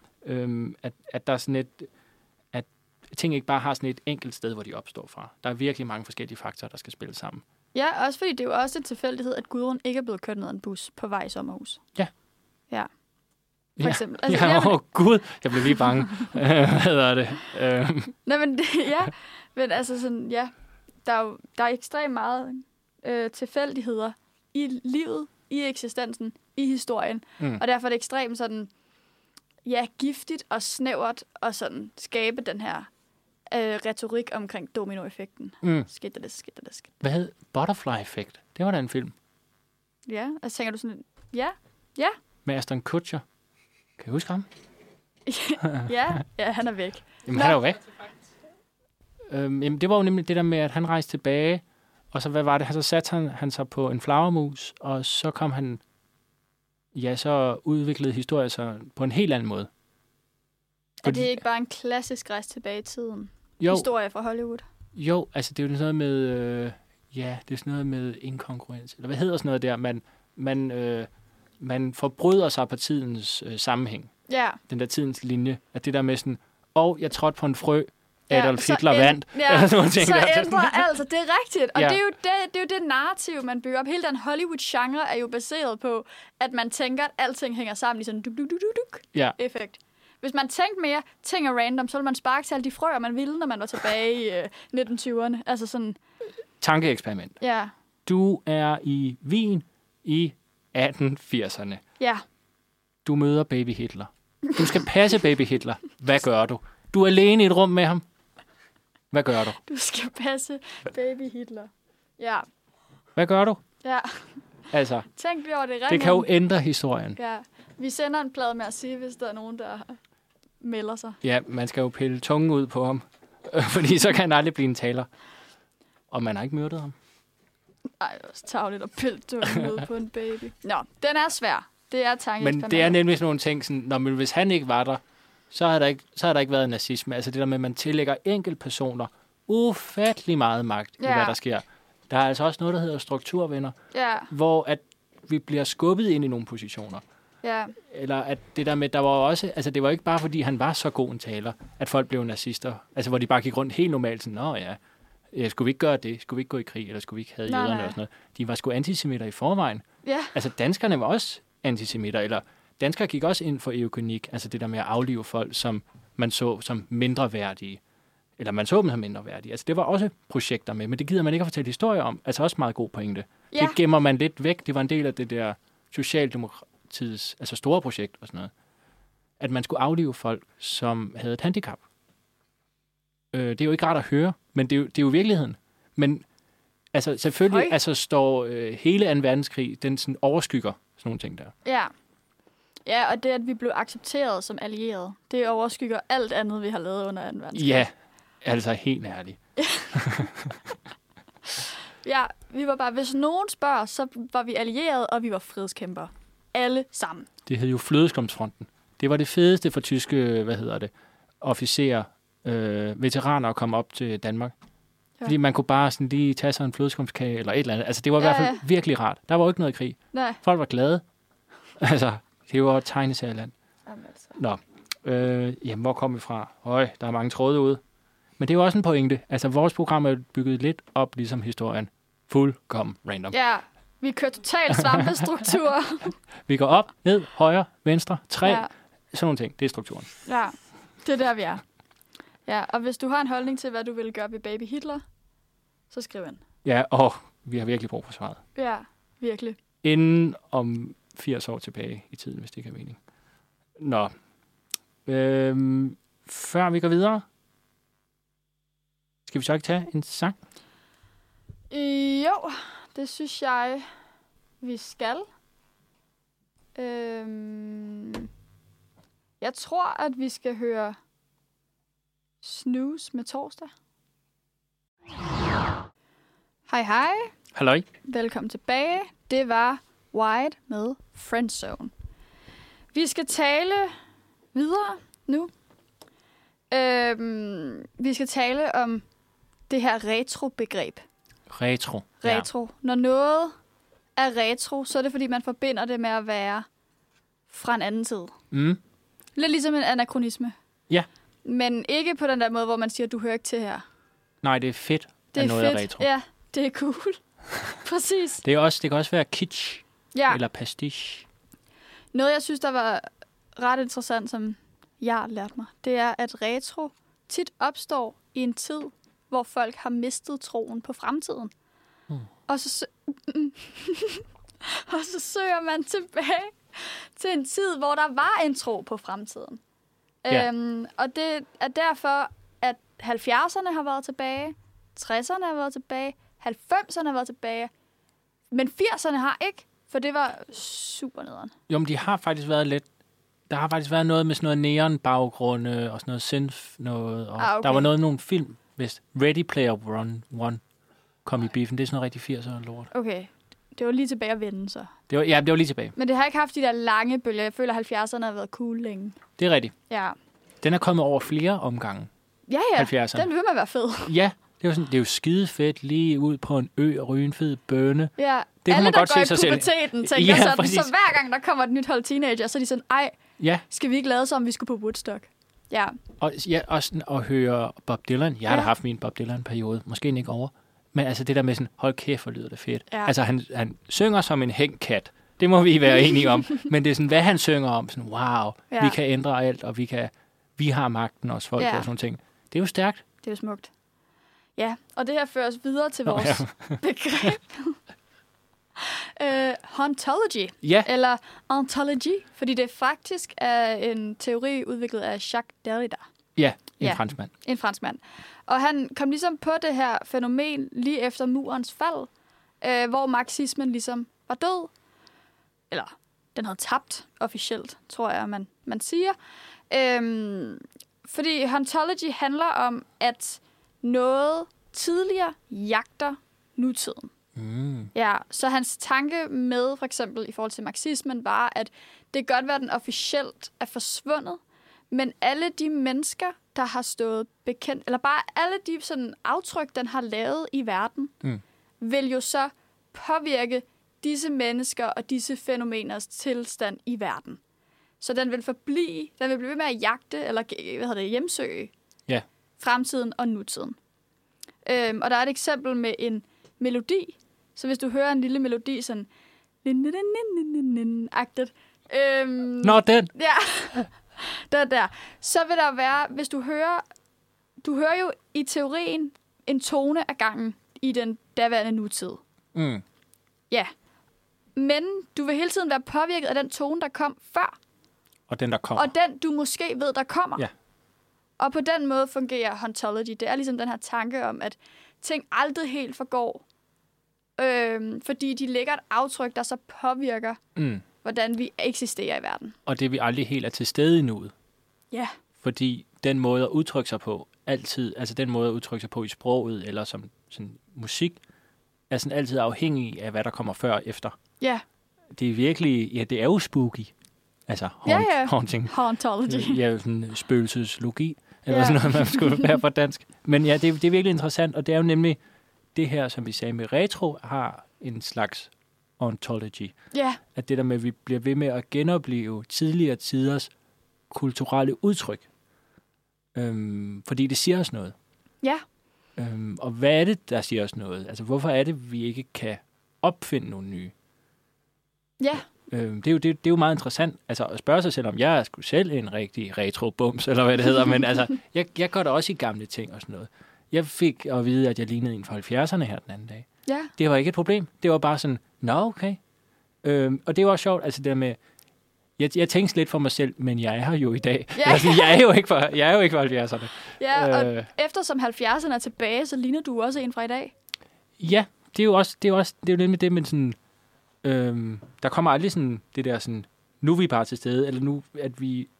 At der er sådan at ting ikke bare har sådan et enkelt sted, hvor de opstår fra. Der er virkelig mange forskellige faktorer, der skal spille sammen. Ja, også fordi det er jo også en tilfældighed, at Gudrun ikke er blevet kørt ned af en bus på vej i sommerhus. Ja. Ja. For eksempel. Altså, Gud, jeg blev lige bange. Hvad hedder det? Nej, men men altså sådan, der er ekstremt meget tilfældigheder i livet, i eksistensen, i historien. Og derfor er det ekstremt sådan, giftigt og snævert at sådan skabe den her retorik omkring dominoeffekten. Skete det. Hvad hed Butterfly-effekt? Det var da en film. Ja, altså tænker du sådan, ja. Med Ashton Kutcher. Kan du huske ham? ja, han er væk. Jamen, han er jo væk. Jamen, det var jo nemlig det der med, at han rejste tilbage, og så, hvad var det? Så satte han sig på en flagermus, og så kom han, så udviklede historier sig på en helt anden måde. Er det ikke bare en klassisk rejse tilbage i tiden? Historie fra Hollywood? Jo, altså det er jo sådan noget med, det er sådan noget med inkongruens, eller hvad hedder sådan noget der, man forbryder sig på tidens sammenhæng. Ja. Den der tidens linje, at det der med sådan, jeg trådte på en frø, Adolf Hitler vandt. Så ændrer altså, det er rigtigt. Og det er jo det narrativ, man bygger op. Hele den Hollywood-genre er jo baseret på, at man tænker, at alting hænger sammen i sådan en effekt. Hvis man tænkte mere, ting er random, så ville man sparke til alle de frøer, man ville, når man var tilbage i 1920'erne. Altså sådan... Tankeeksperiment. Ja. Du er i Wien i 1880'erne. Ja. Du møder baby Hitler. Du skal passe baby Hitler. Hvad gør du? Du er alene i et rum med ham. Hvad gør du? Du skal passe baby Hitler. Ja. Hvad gør du? Ja. Altså, tænk lige over det. Det kan jo ændre historien. Ja. Vi sender en plade med at sige, hvis der er nogen, der melder sig. Ja, man skal jo pille tungen ud på ham. Fordi så kan han aldrig blive en taler. Og man har ikke myrdet ham. Ej, det er også tarveligt at pille tungen ud på en baby. Nå, den er svær. Det er tankeeksperiment. Men det er nemlig sådan nogle ting, sådan, men hvis han ikke var der, så har der ikke været nazisme. Altså det der med, at man tillægger enkeltpersoner ufattelig meget magt i, hvad der sker. Der er altså også noget, der hedder strukturvenner, hvor at vi bliver skubbet ind i nogle positioner. Ja. Eller at det der med, der var også, altså det var ikke bare fordi han var så god en taler, at folk blev nazister. Altså hvor de bare gik rundt helt normalt, sådan, skulle vi ikke gøre det? Skulle vi ikke gå i krig? Eller skulle vi ikke have jøderne og sådan noget? De var sgu antisemitter i forvejen. Ja. Altså danskerne var også antisemitter, eller danskere gik også ind for eugenik, altså det der med at aflive folk, som man så som mindreværdige, eller man så dem som mindreværdige. Altså det var også projekter med, men det gider man ikke at fortælle historier om. Altså også meget god pointe. Ja. Det gemmer man lidt væk. Det var en del af det der socialdemokratiets, altså store projekt og sådan noget. At man skulle aflive folk, som havde et handicap. Det er jo ikke rart at høre, men det er jo virkeligheden. Men altså selvfølgelig står hele 2. verdenskrig, den sådan overskygger sådan nogle ting der. Ja. Ja, og det, at vi blev accepteret som allierede, det overskygger alt andet, vi har lavet under 2. verdenskrig. Ja, altså helt ærligt. Ja, vi var bare, hvis nogen spørger, så var vi allierede, og vi var fredskæmpere. Alle sammen. Det hed jo Flødeskumsfronten. Det var det fedeste for tyske, officerer, veteraner at komme op til Danmark. Ja. Fordi man kunne bare sådan lige tage sig en flødeskumskage eller et eller andet. Altså, det var i hvert fald virkelig rart. Der var jo ikke noget krig. Nej. Folk var glade. Altså, det var et tegneserieland. Nå. Jamen, hvor kom vi fra? Der er mange tråde ude. Men det er jo også en pointe. Altså, vores program er bygget lidt op, ligesom historien. Fuldkommen random. Ja, vi kører totalt svampestruktur. Vi går op, ned, højre, venstre, træ. Ja. Sådan nogle ting. Det er strukturen. Ja, det er der, vi er. Ja, og hvis du har en holdning til, hvad du vil gøre ved baby Hitler, så skriv ind. Ja, vi har virkelig brug for svaret. Ja, virkelig. Inden om 80 år tilbage i tiden, hvis det kan mening. Nå. Før vi går videre, skal vi så ikke tage en sang? Jo, det synes jeg, vi skal. Jeg tror, at vi skal høre Snooze med Torsdag. Hej hej. Halløj. Velkommen tilbage. Det var Wide med Friendzone. Vi skal tale videre nu. Vi skal tale om det her retro-begreb. Retro. Retro. Ja. Når noget er retro, så er det, fordi man forbinder det med at være fra en anden tid. Mm. Lidt ligesom en anachronisme. Ja. Men ikke på den der måde, hvor man siger, du hører ikke til her. Nej, det er fedt, det er noget fedt. er retro. Ja, det er cool. Præcis. Det kan også være kitsch. Ja. Eller pastiche. Noget, jeg synes, der var ret interessant, som jeg lærte mig, det er, at retro tit opstår i en tid, hvor folk har mistet troen på fremtiden. Og så søger man tilbage til en tid, hvor der var en tro på fremtiden. Ja. Og det er derfor, at 70'erne har været tilbage, 60'erne har været tilbage, 90'erne har været tilbage, men 80'erne har ikke, for det var super nederen. Jo, men de har faktisk været lidt. Der har faktisk været noget med sådan noget neon-baggrunde og sådan noget synth noget. Og okay. Der var nogle film, hvis Ready Player One kom i biffen. Det er sådan noget rigtig 80'er lort. Okay, det var lige tilbage at vende så. Det var lige tilbage. Men det har ikke haft de der lange bølger. Jeg føler, at 70'erne har været cool længe. Det er rigtigt. Ja. Den er kommet over flere omgange. Ja, 70'erne. Den vil man være fed. Ja, det er jo skide fedt lige ud på en ø og ryge en fed bønne. Ja, det alle, man der godt går se i sig puberteten, selv. tænker sådan, præcis. så hver gang der kommer et nyt hold teenager, så er de sådan, skal vi ikke lade som, vi skulle på Woodstock? Ja. Og også at høre Bob Dylan. Jeg har da haft min Bob Dylan-periode. Måske ikke over. Men altså det der med sådan, hold kæft, hvor lyder det fedt. Ja. Altså han synger som en hængkat. Det må vi være enige om. Men det er sådan, hvad han synger om. Sådan, wow, vi kan ændre alt, og vi har magten også, folk og sådan nogle ting. Det er jo stærkt. Det er jo smukt. Ja, og det her fører os videre til vores begreb. Hauntology, eller ontology, fordi det faktisk er en teori udviklet af Jacques Derrida. Ja, franskmand. En franskmand. Og han kom ligesom på det her fænomen lige efter murens fald, hvor marxismen ligesom var død. Eller, den havde tabt officielt, tror jeg, man siger. Fordi hauntology handler om, at noget tidligere jagter nutiden. Ja, så hans tanke med, for eksempel i forhold til marxismen, var, at det kan godt være, at den officielt er forsvundet, men alle de mennesker, der har stået bekendt, eller bare alle de sådan aftryk, den har lavet i verden, vil jo så påvirke disse mennesker og disse fænomeners tilstand i verden. Så den vil blive ved med at jagte, eller hjemsøge fremtiden og nutiden. Og der er et eksempel med en melodi. Så hvis du hører en lille melodi, sådan agtigt. Nå, den! Ja, der. Så vil der være, hvis du hører jo i teorien en tone af gangen i den daværende nutid. Ja. Men du vil hele tiden være påvirket af den tone, der kom før. Og den, der kommer. Og den, du måske ved, der kommer. Ja. Og på den måde fungerer hauntology. Det er ligesom den her tanke om, at ting aldrig helt forgår. Fordi de lægger et aftryk, der så påvirker, hvordan vi eksisterer i verden. Og det vi aldrig helt er til stede i nuet. Ja. Fordi den måde at udtrykke sig på, altid, altså den måde at udtrykke sig på i sproget, eller som sådan musik, er sådan altid afhængig af, hvad der kommer før og efter. Ja. Det er virkelig, det er jo spooky. Altså haunting. Hauntology. Ja, sådan spøgelseslogi, eller sådan noget, man skulle være på dansk. Men ja, det er virkelig interessant, og det er jo nemlig det her, som vi sagde med retro, har en slags ontology. Ja. At det der med, at vi bliver ved med at genopleve tidligere tiders kulturelle udtryk. Fordi det siger os noget. Ja. Og hvad er det, der siger os noget? Altså, hvorfor er det, vi ikke kan opfinde nogle nye? Ja. Det er jo meget interessant altså, at spørge sig selv, om jeg er sgu selv en rigtig retro-bums, eller hvad det hedder. Men altså, jeg går da også i gamle ting og sådan noget. Jeg fik at vide, at jeg lignede en fra 70'erne her den anden dag. Ja. Det var ikke et problem. Det var bare sådan, nå, okay. Og det var også sjovt, altså det der med, jeg tænkte lidt for mig selv, men jeg er her jo i dag. Ja. Altså, jeg er jo ikke fra 70'erne. Ja, og eftersom 70'erne er tilbage, så ligner du også en fra i dag. Ja, det er jo lidt med det, men sådan, der kommer aldrig sådan det der sådan, nu er vi bare til stede, eller nu, at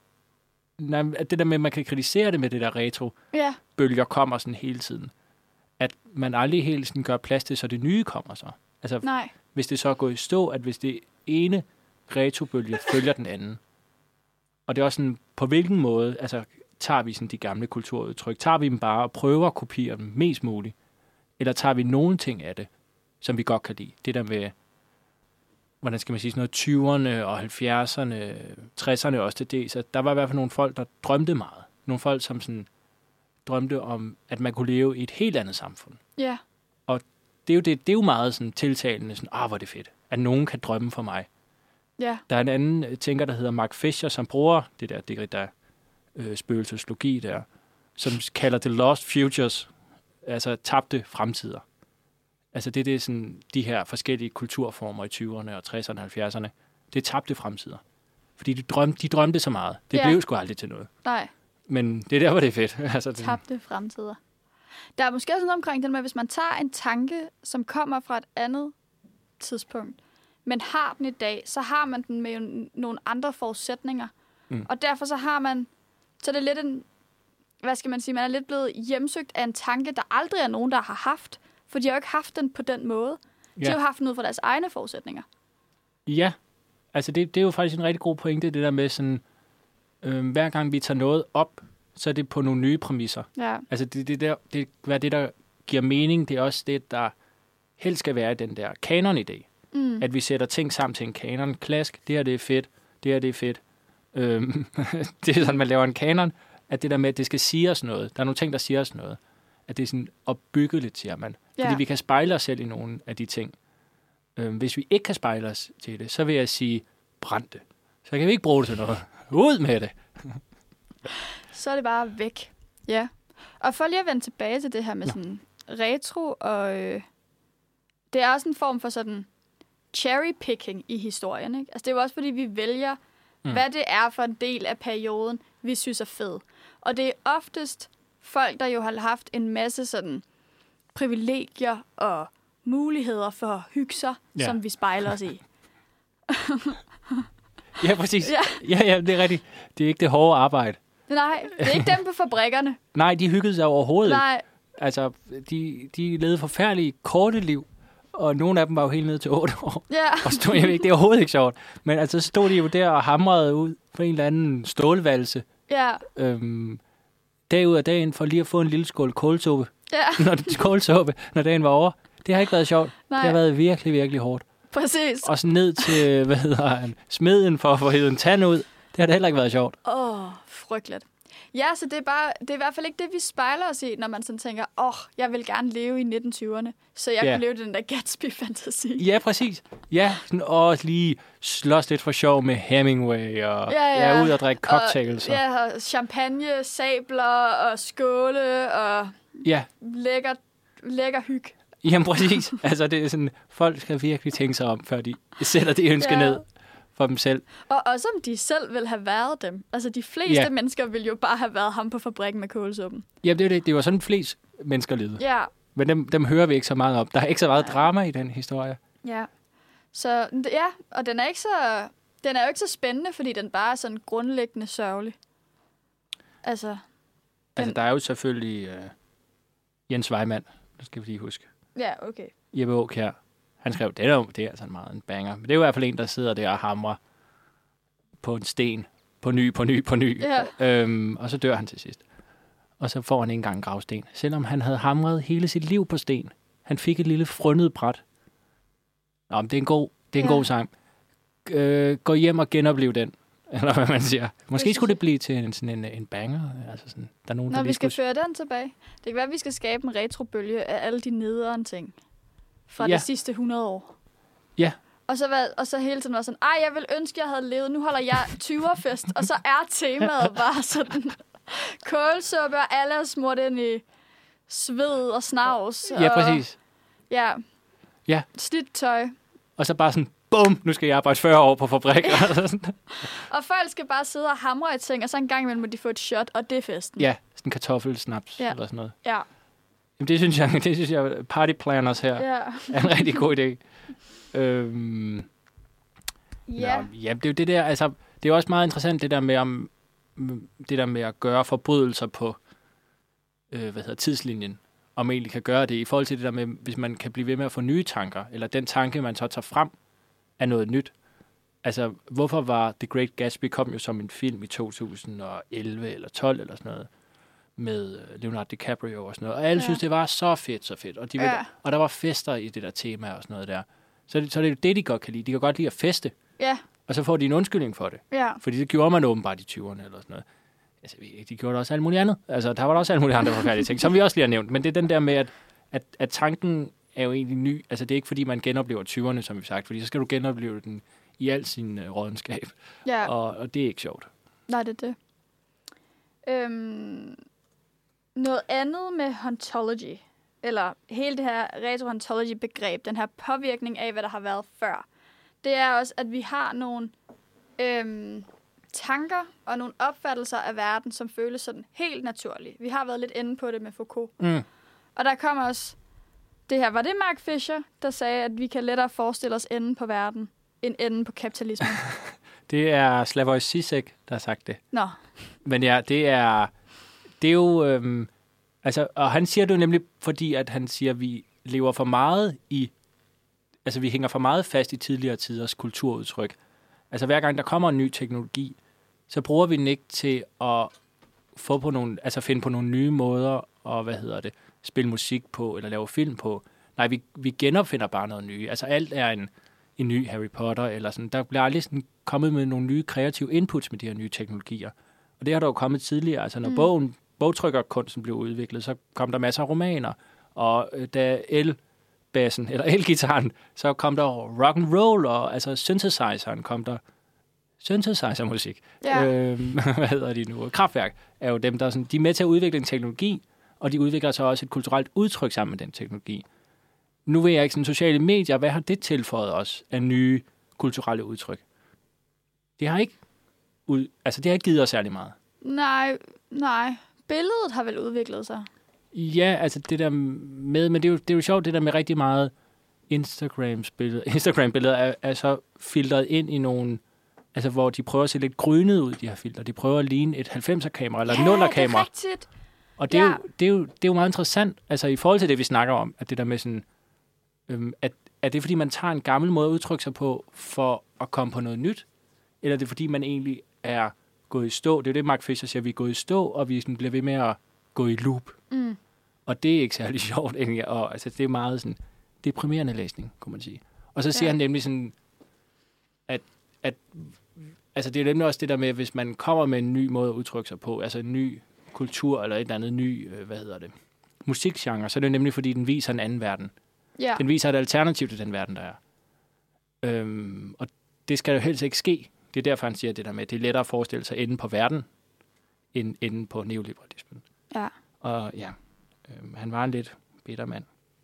det der med, at man kan kritisere det med det der retro-bølger kommer sådan hele tiden. At man aldrig helt sådan gør plads til, så det nye kommer så. Altså, Nej. Hvis det så er gået i stå, at hvis det ene retrobølge følger den anden. Og det er også sådan, på hvilken måde, altså, tager vi sådan de gamle kulturudtryk, tager vi dem bare og prøver at kopiere dem mest muligt, eller tager vi nogle ting af det, som vi godt kan lide. Det der med, hvordan skal man sige, sådan noget 20'erne og 70'erne, 60'erne også til det, så der var i hvert fald nogle folk, der drømte meget. Nogle folk, som sådan drømte om, at man kunne leve i et helt andet samfund. Ja. Og det er jo meget sådan tiltalende, sådan, hvor er det fedt, at nogen kan drømme for mig. Ja. Der er en anden tænker, der hedder Mark Fisher, som bruger det der spøgelseslogi der, som kalder det Lost Futures, altså tabte fremtider. Altså det er sådan, de her forskellige kulturformer i 20'erne og 60'erne og 70'erne, det er tabte fremtider. Fordi de drømte så meget. Det blev sgu aldrig til noget. Nej. Men det er der, hvor det er fedt. Altså, tabte fremtider. Der er måske også noget omkring den med, hvis man tager en tanke, som kommer fra et andet tidspunkt, men har den i dag, så har man den med nogle andre forudsætninger. Og derfor så har man, så det er lidt en, hvad skal man sige, man er lidt blevet hjemsøgt af en tanke, der aldrig er nogen, der har haft, for de har jo ikke haft den på den måde. De har jo haft den ud fra deres egne forudsætninger. Ja. Altså det er jo faktisk en rigtig god pointe, det der med sådan, hver gang vi tager noget op, så er det på nogle nye præmisser. Ja. Altså det der giver mening, det er også det, der helst skal være i den der kanon-idé. At vi sætter ting sammen til en kanon. Klask, det her det er fedt, det her det er fedt. Det er sådan, man laver en kanon, at det der med, at det skal sige os noget. Der er nogle ting, der siger os noget. At det er sådan opbyggeligt, siger man. Fordi vi kan spejle os selv i nogle af de ting. Hvis vi ikke kan spejle os til det, så vil jeg sige, brænd det. Så kan vi ikke bruge det til noget. Ud med det. Så er det bare væk. Ja. Og for lige at vende tilbage til det her med sådan retro, og det er også en form for sådan cherry-picking i historien, ikke? Altså det er jo også, fordi vi vælger, hvad det er for en del af perioden, vi synes er fed. Og det er oftest folk, der jo har haft en masse sådan privilegier og muligheder for at hygge sig, som vi spejler os i. Ja, præcis. Ja, det er rigtigt. Det er ikke det hårde arbejde. Nej, det er ikke dem på fabrikkerne. Nej, de hyggede sig overhovedet Nej. ikke. Altså, de levede forfærdelige korte liv, og nogle af dem var jo helt ned til 8 år. Ja. Og stod, jeg ved ikke, det er overhovedet ikke sjovt. Men altså, stod de jo der og hamrede ud på en eller anden stålvalse. Ja. Dag ud af dagen for lige at få en lille skål kålsuppe. Ja. Når dagen var over. Det har ikke været sjovt. Nej. Det har været virkelig, virkelig hårdt. Præcis. Og så ned til, smeden for at få hævet en tand ud. Det har da heller ikke været sjovt. Frygteligt. Ja, så det er i hvert fald ikke det, vi spejler os i, når man sådan tænker, jeg vil gerne leve i 1920'erne, så jeg kunne leve den der Gatsby-fantasi. Ja, præcis. Ja, sådan, og lige slås lidt for sjov med Hemingway, og ud og drikke cocktails. Og champagne, sabler og skåle, og lækker hygge. Jamen, præcis. Altså, det er sådan, folk skal virkelig tænke sig om, før de sætter det ønske ned for dem selv. Og også om de selv vil have været dem. Altså, de fleste mennesker vil jo bare have været ham på fabrikken med kålsuppen. Ja, det er det. Det var sådan, flest mennesker levede. Ja. Men dem hører vi ikke så meget om. Der er ikke så meget drama i den historie. Ja. Så, og den er jo ikke så spændende, fordi den bare er sådan grundlæggende sørgelig. Altså, der er jo selvfølgelig Jens Weimann, det skal vi lige huske. Ja, okay. Jeppe Aakjær. Han skrev, det er altså meget en banger. Men det er jo i hvert fald en, der sidder der og hamrer på en sten, på ny. Ja. Og så dør han til sidst. Og så får han ikke engang en gravsten. Selvom han havde hamret hele sit liv på sten. Han fik et lille fryndet bræt. Nå, men det er en god sang. Gå hjem og genoplev den. Eller hvad man siger. Måske skulle det blive til sådan en banger. Altså sådan, der er nogen, Når vi skal føre den tilbage. Det kan være, at vi skal skabe en retrobølge af alle de nederen ting. Fra de sidste 100 år. Ja. Og så hele tiden var sådan, jeg vil ønske, jeg havde levet. Nu holder jeg 20'er-fest. Og så er temaet bare sådan kålsuppe, og alle er smurt ind i sved og snavs. Ja, præcis. Ja. Slidt tøj. Og så bare sådan, bum, nu skal jeg arbejde 40 år på fabrik. Og folk skal bare sidde og hamre i ting, og så en gang imellem må de få et shot, og det er festen. Ja, sådan en kartoffelsnaps eller sådan noget. Ja. Jamen, det synes jeg party planners her er en rigtig god idé. Ja, det er jo det der, altså, det er jo også meget interessant, det der med at gøre forbrydelser på, tidslinjen. Om man egentlig kan gøre det, i forhold til det der med, hvis man kan blive ved med at få nye tanker, eller den tanke, man så tager frem, er noget nyt. Altså, hvorfor var The Great Gatsby kom jo som en film i 2011 eller 12 eller sådan noget, med Leonardo DiCaprio og sådan noget. Og alle synes, det var så fedt. Og der var fester i det der tema og sådan noget der. Så det er jo det, de godt kan lide. De kan godt lide at feste. Ja. Og så får de en undskyldning for det. Ja. Fordi det gjorde man åbenbart i 20'erne eller sådan noget. Altså, de gjorde også alt muligt andet. Altså, der var også alt muligt andet forfærdelige ting, som vi også lige har nævnt. Men det er den der med, at tanken er jo egentlig ny. Altså, det er ikke fordi, man genoplever 20'erne, som vi har sagt. Fordi så skal du genopleve den i al sin rådenskab. Ja. Og det er ikke sjovt. Nej, det er det. Noget andet med hauntology, eller hele det her retro-hauntology-begreb, den her påvirkning af, hvad der har været før, det er også, at vi har nogle tanker og nogle opfattelser af verden, som føles sådan helt naturlige. Vi har været lidt inde på det med Foucault. Og der kommer også det her. Var det Mark Fisher, der sagde, at vi kan lettere forestille os enden på verden, end enden på kapitalismen? Det er Slavoj Žižek, der har sagt det. Nå. Men ja, det er jo... og han siger det jo nemlig, fordi at han siger, at vi lever for meget i... Altså, vi hænger for meget fast i tidligere tiders kulturudtryk. Altså, hver gang der kommer en ny teknologi, så bruger vi den ikke til at finde på nogle nye måder at, spille musik på, eller lave film på. Nej, vi genopfinder bare noget nye. Altså, alt er en ny Harry Potter, eller sådan. Der bliver aldrig sådan kommet med nogle nye kreative inputs med de her nye teknologier. Og det har der jo kommet tidligere. Altså, når bogtrykkerkunsten blev udviklet, så kom der masser af romaner. Og da elbassen, eller elgitaren, så kom der rock and roll, og altså synthesizeren kom der. Synthesizer-musik. Ja. Hvad hedder de nu? Kraftwerk er jo dem, der sådan, de er med til at udvikle en teknologi, og de udvikler så også et kulturelt udtryk sammen med den teknologi. Nu ved jeg ikke, sådan sociale medier, hvad har det tilføjet os af nye kulturelle udtryk? Det har ikke givet os særlig meget. Nej. Billedet har vel udviklet sig? Ja, altså det der med, men det er jo sjovt, det der med rigtig meget Instagram-billeder er så filtret ind i nogle, altså hvor de prøver at se lidt grynet ud, de her filter. De prøver at ligne et 90'er-kamera eller et 0'er-kamera. Ja, det er rigtigt. Og det er jo meget interessant, altså i forhold til det, vi snakker om, at det der med sådan, at det er fordi, man tager en gammel måde at udtrykke sig på, for at komme på noget nyt, eller det er fordi, man egentlig er gået i stå. Det er jo det, Mark Fisher siger, at vi er gået i stå, og vi sådan bliver ved med at gå i loop. Og det er ikke særlig sjovt, egentlig. Og altså, det er meget sådan deprimerende læsning, kunne man sige. Og så siger han nemlig sådan, at altså, det er nemlig også det der med, hvis man kommer med en ny måde at udtrykke sig på, altså en ny kultur, eller et eller andet ny, musikgenre, så er det nemlig, fordi den viser en anden verden. Ja. Den viser et alternativ til den verden, der er. Og det skal jo helst ikke ske. Det er derfor, han siger det der med, at det er lettere at forestille sig enden på verden, end enden på neoliberalismen. Ja. Og ja, han var en lidt bitter mand.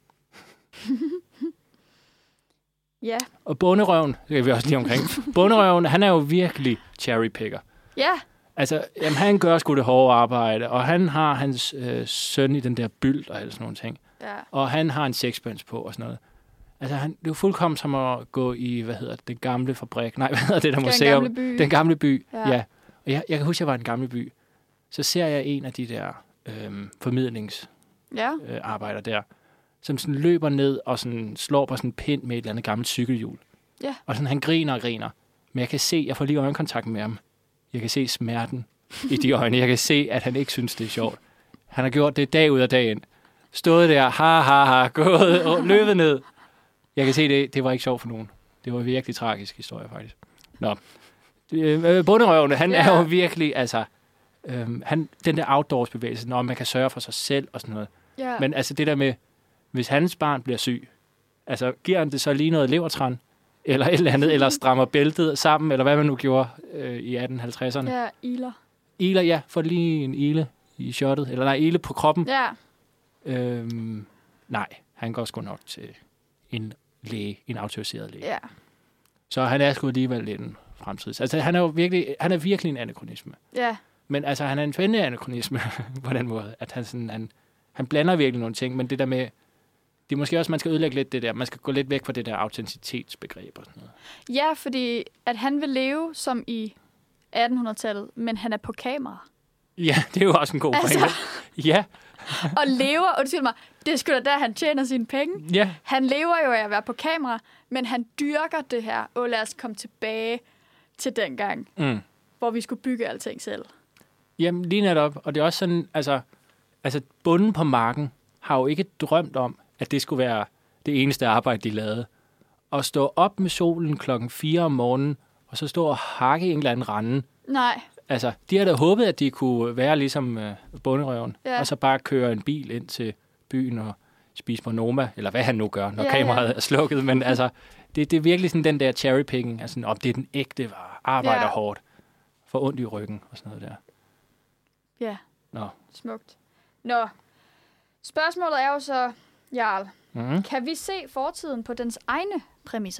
Ja. Og Bonderøven, det er vi også lige omkring. Bonderøven, han er jo virkelig cherrypicker. Ja. Altså, jamen, han gør sgu det hårde arbejde, og han har hans søn i den der byld og alle sådan nogle ting. Ja. Og han har en sexpence på og sådan noget. Altså, det er jo fuldkommen som at gå i, den gamle fabrik. Nej, hvad hedder det der museum? Den gamle by. Ja. Og jeg kan huske, jeg var i en gamle by. Så ser jeg en af de der formidlingsarbejder der, som sådan løber ned og sådan slår på sådan en pind med et eller andet gammelt cykelhjul. Ja. Og sådan, han griner og griner. Men jeg kan se, jeg får lige øjenkontakt med ham. Jeg kan se smerten i de øjne. Jeg kan se, at han ikke synes, det er sjovt. Han har gjort det dag ud af dag ind. Stået der, gået og løbet ned. Jeg kan se, det var ikke sjovt for nogen. Det var en virkelig tragisk historie, faktisk. Nå. Bonderøvene, han er jo virkelig, altså... den der outdoors-bevægelse, når man kan sørge for sig selv og sådan noget. Ja. Men altså det der med, hvis hans barn bliver syg, altså giver han det så lige noget levertran, eller et eller andet, eller strammer bæltet sammen, eller hvad man nu gjorde i 1850'erne. Ja, iler. Iler, ja, får lige en ile i shottet, eller nej, ile på kroppen. Ja. Nej, han går sgu nok til en læge, en autoriseret læge. Ja. Så han er sgu alligevel lidt en fremtids. Altså han er virkelig en anachronisme. Ja. Men altså, han er en spændende anachronisme på den måde, at han blander virkelig nogle ting, men det der med, det er måske også, man skal ødelægge lidt det der, man skal gå lidt væk fra det der autenticitetsbegreb og sådan noget. Ja, fordi at han vil leve som i 1800-tallet, men han er på kamera. Ja, det er jo også en god pointe. Ja. Og lever, undskyld mig, det er sgu da der, han tjener sine penge. Ja. Han lever jo af at være på kamera, men han dyrker det her, lad os komme tilbage til dengang, hvor vi skulle bygge alting selv. Jamen, lige netop. Og det er også sådan, altså bunden på marken har jo ikke drømt om, at det skulle være det eneste arbejde, de lavede. At stå op med solen 4:00 om morgenen, og så stå og hakke en eller anden rande. Nej. Altså, de havde da håbet, at de kunne være ligesom bonderøven, og så bare køre en bil ind til byen og spise på Noma, eller hvad han nu gør, når kameraet er slukket. Men altså, det er virkelig sådan den der cherrypicking, altså, det er den ægte vare, arbejder hårdt, får ondt i ryggen og sådan noget der. Ja, Nå. Smukt. Nå, spørgsmålet er jo så, Jarl, kan vi se fortiden på dens egne præmisser?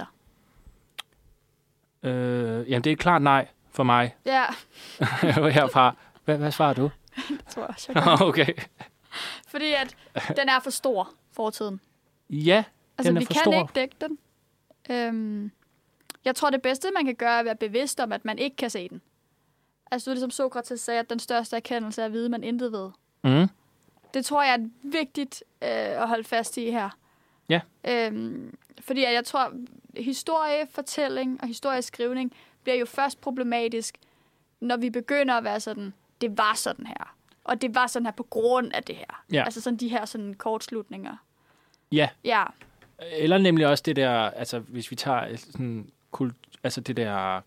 Jamen, det er et klart nej for mig. Ja. Herfra. Hvad svarer du? Det tror jeg også, jeg kan. Okay. Fordi at den er for stor, fortiden. Ja, altså, den er for stor. Vi kan ikke dække den. Jeg tror, det bedste, man kan gøre, er at være bevidst om, at man ikke kan se den. Altså, ligesom Sokrates sagde, at den største erkendelse er at vide, man intet ved. Mm. Det tror jeg er vigtigt at holde fast i her. Ja. Fordi jeg tror, historiefortælling og historieskrivning bliver jo først problematisk, når vi begynder at være sådan, det var sådan her. Og det var sådan her på grund af det her. Ja. Altså sådan de her sådan kortslutninger. Ja. Ja. Eller nemlig også det der, altså hvis vi tager sådan altså det der,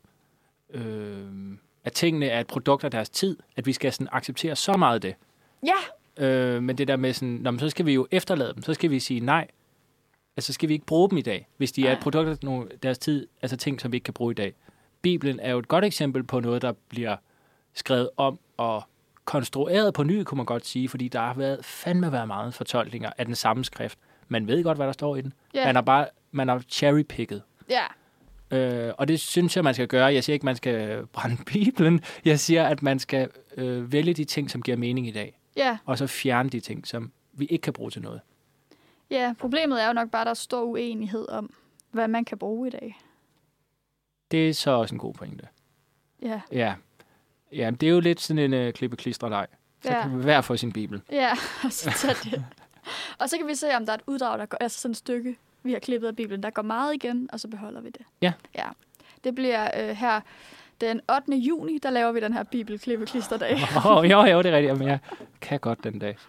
at tingene er et produkt af deres tid, at vi skal sådan acceptere så meget af det. Ja. Men det der med sådan, så skal vi jo efterlade dem, så skal vi sige nej. Altså skal vi ikke bruge dem i dag, hvis de er et produkt af deres tid, altså ting, som vi ikke kan bruge i dag. Bibelen er jo et godt eksempel på noget, der bliver skrevet om og konstrueret på ny, kunne man godt sige, fordi der har fandme været meget fortolkninger af den samme skrift. Man ved godt, hvad der står i den. Yeah. Man har cherrypicket. Ja. Og det synes jeg, man skal gøre. Jeg siger ikke, man skal brænde Bibelen. Jeg siger, at man skal vælge de ting, som giver mening i dag. Ja. Og så fjerne de ting, som vi ikke kan bruge til noget. Ja, problemet er jo nok bare, at der er stor uenighed om, hvad man kan bruge i dag. Det er så også en god pointe. Ja. Ja. Ja, det er jo lidt sådan en klippe-klistre-leg. Så kan vi hver få sin bibel. Ja, og så tager det. Og så kan vi se, om der er et uddrag, der går, altså sådan et stykke, vi har klippet af Bibelen, der går meget igen, og så beholder vi det. Ja. Ja. Det bliver her den 8. juni, der laver vi den her bibelklippe-klisterdag. Jo, det er rigtigt. Men jeg kan godt den dag.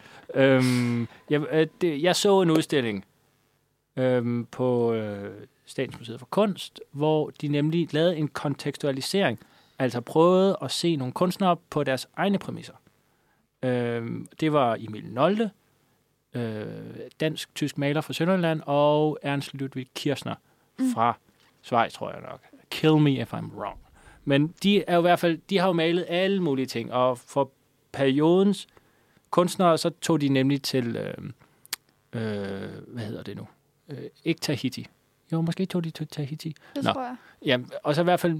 Jeg så en udstilling på Statens Museum for Kunst, hvor de nemlig lavede en kontekstualisering, altså prøvede at se nogle kunstnere på deres egne præmisser. Det var Emil Nolde, dansk-tysk maler fra Sønderjylland, og Ernst Ludwig Kirchner fra Schweiz, tror jeg nok. Kill me if I'm wrong. Men de er jo i hvert fald, de har jo malet alle mulige ting, og for periodens kunstnere, så tog de nemlig til, hvad hedder det nu? Ikke Tahiti. Jo, måske tog de til Tahiti. Det tror jeg. Ja, og så i hvert fald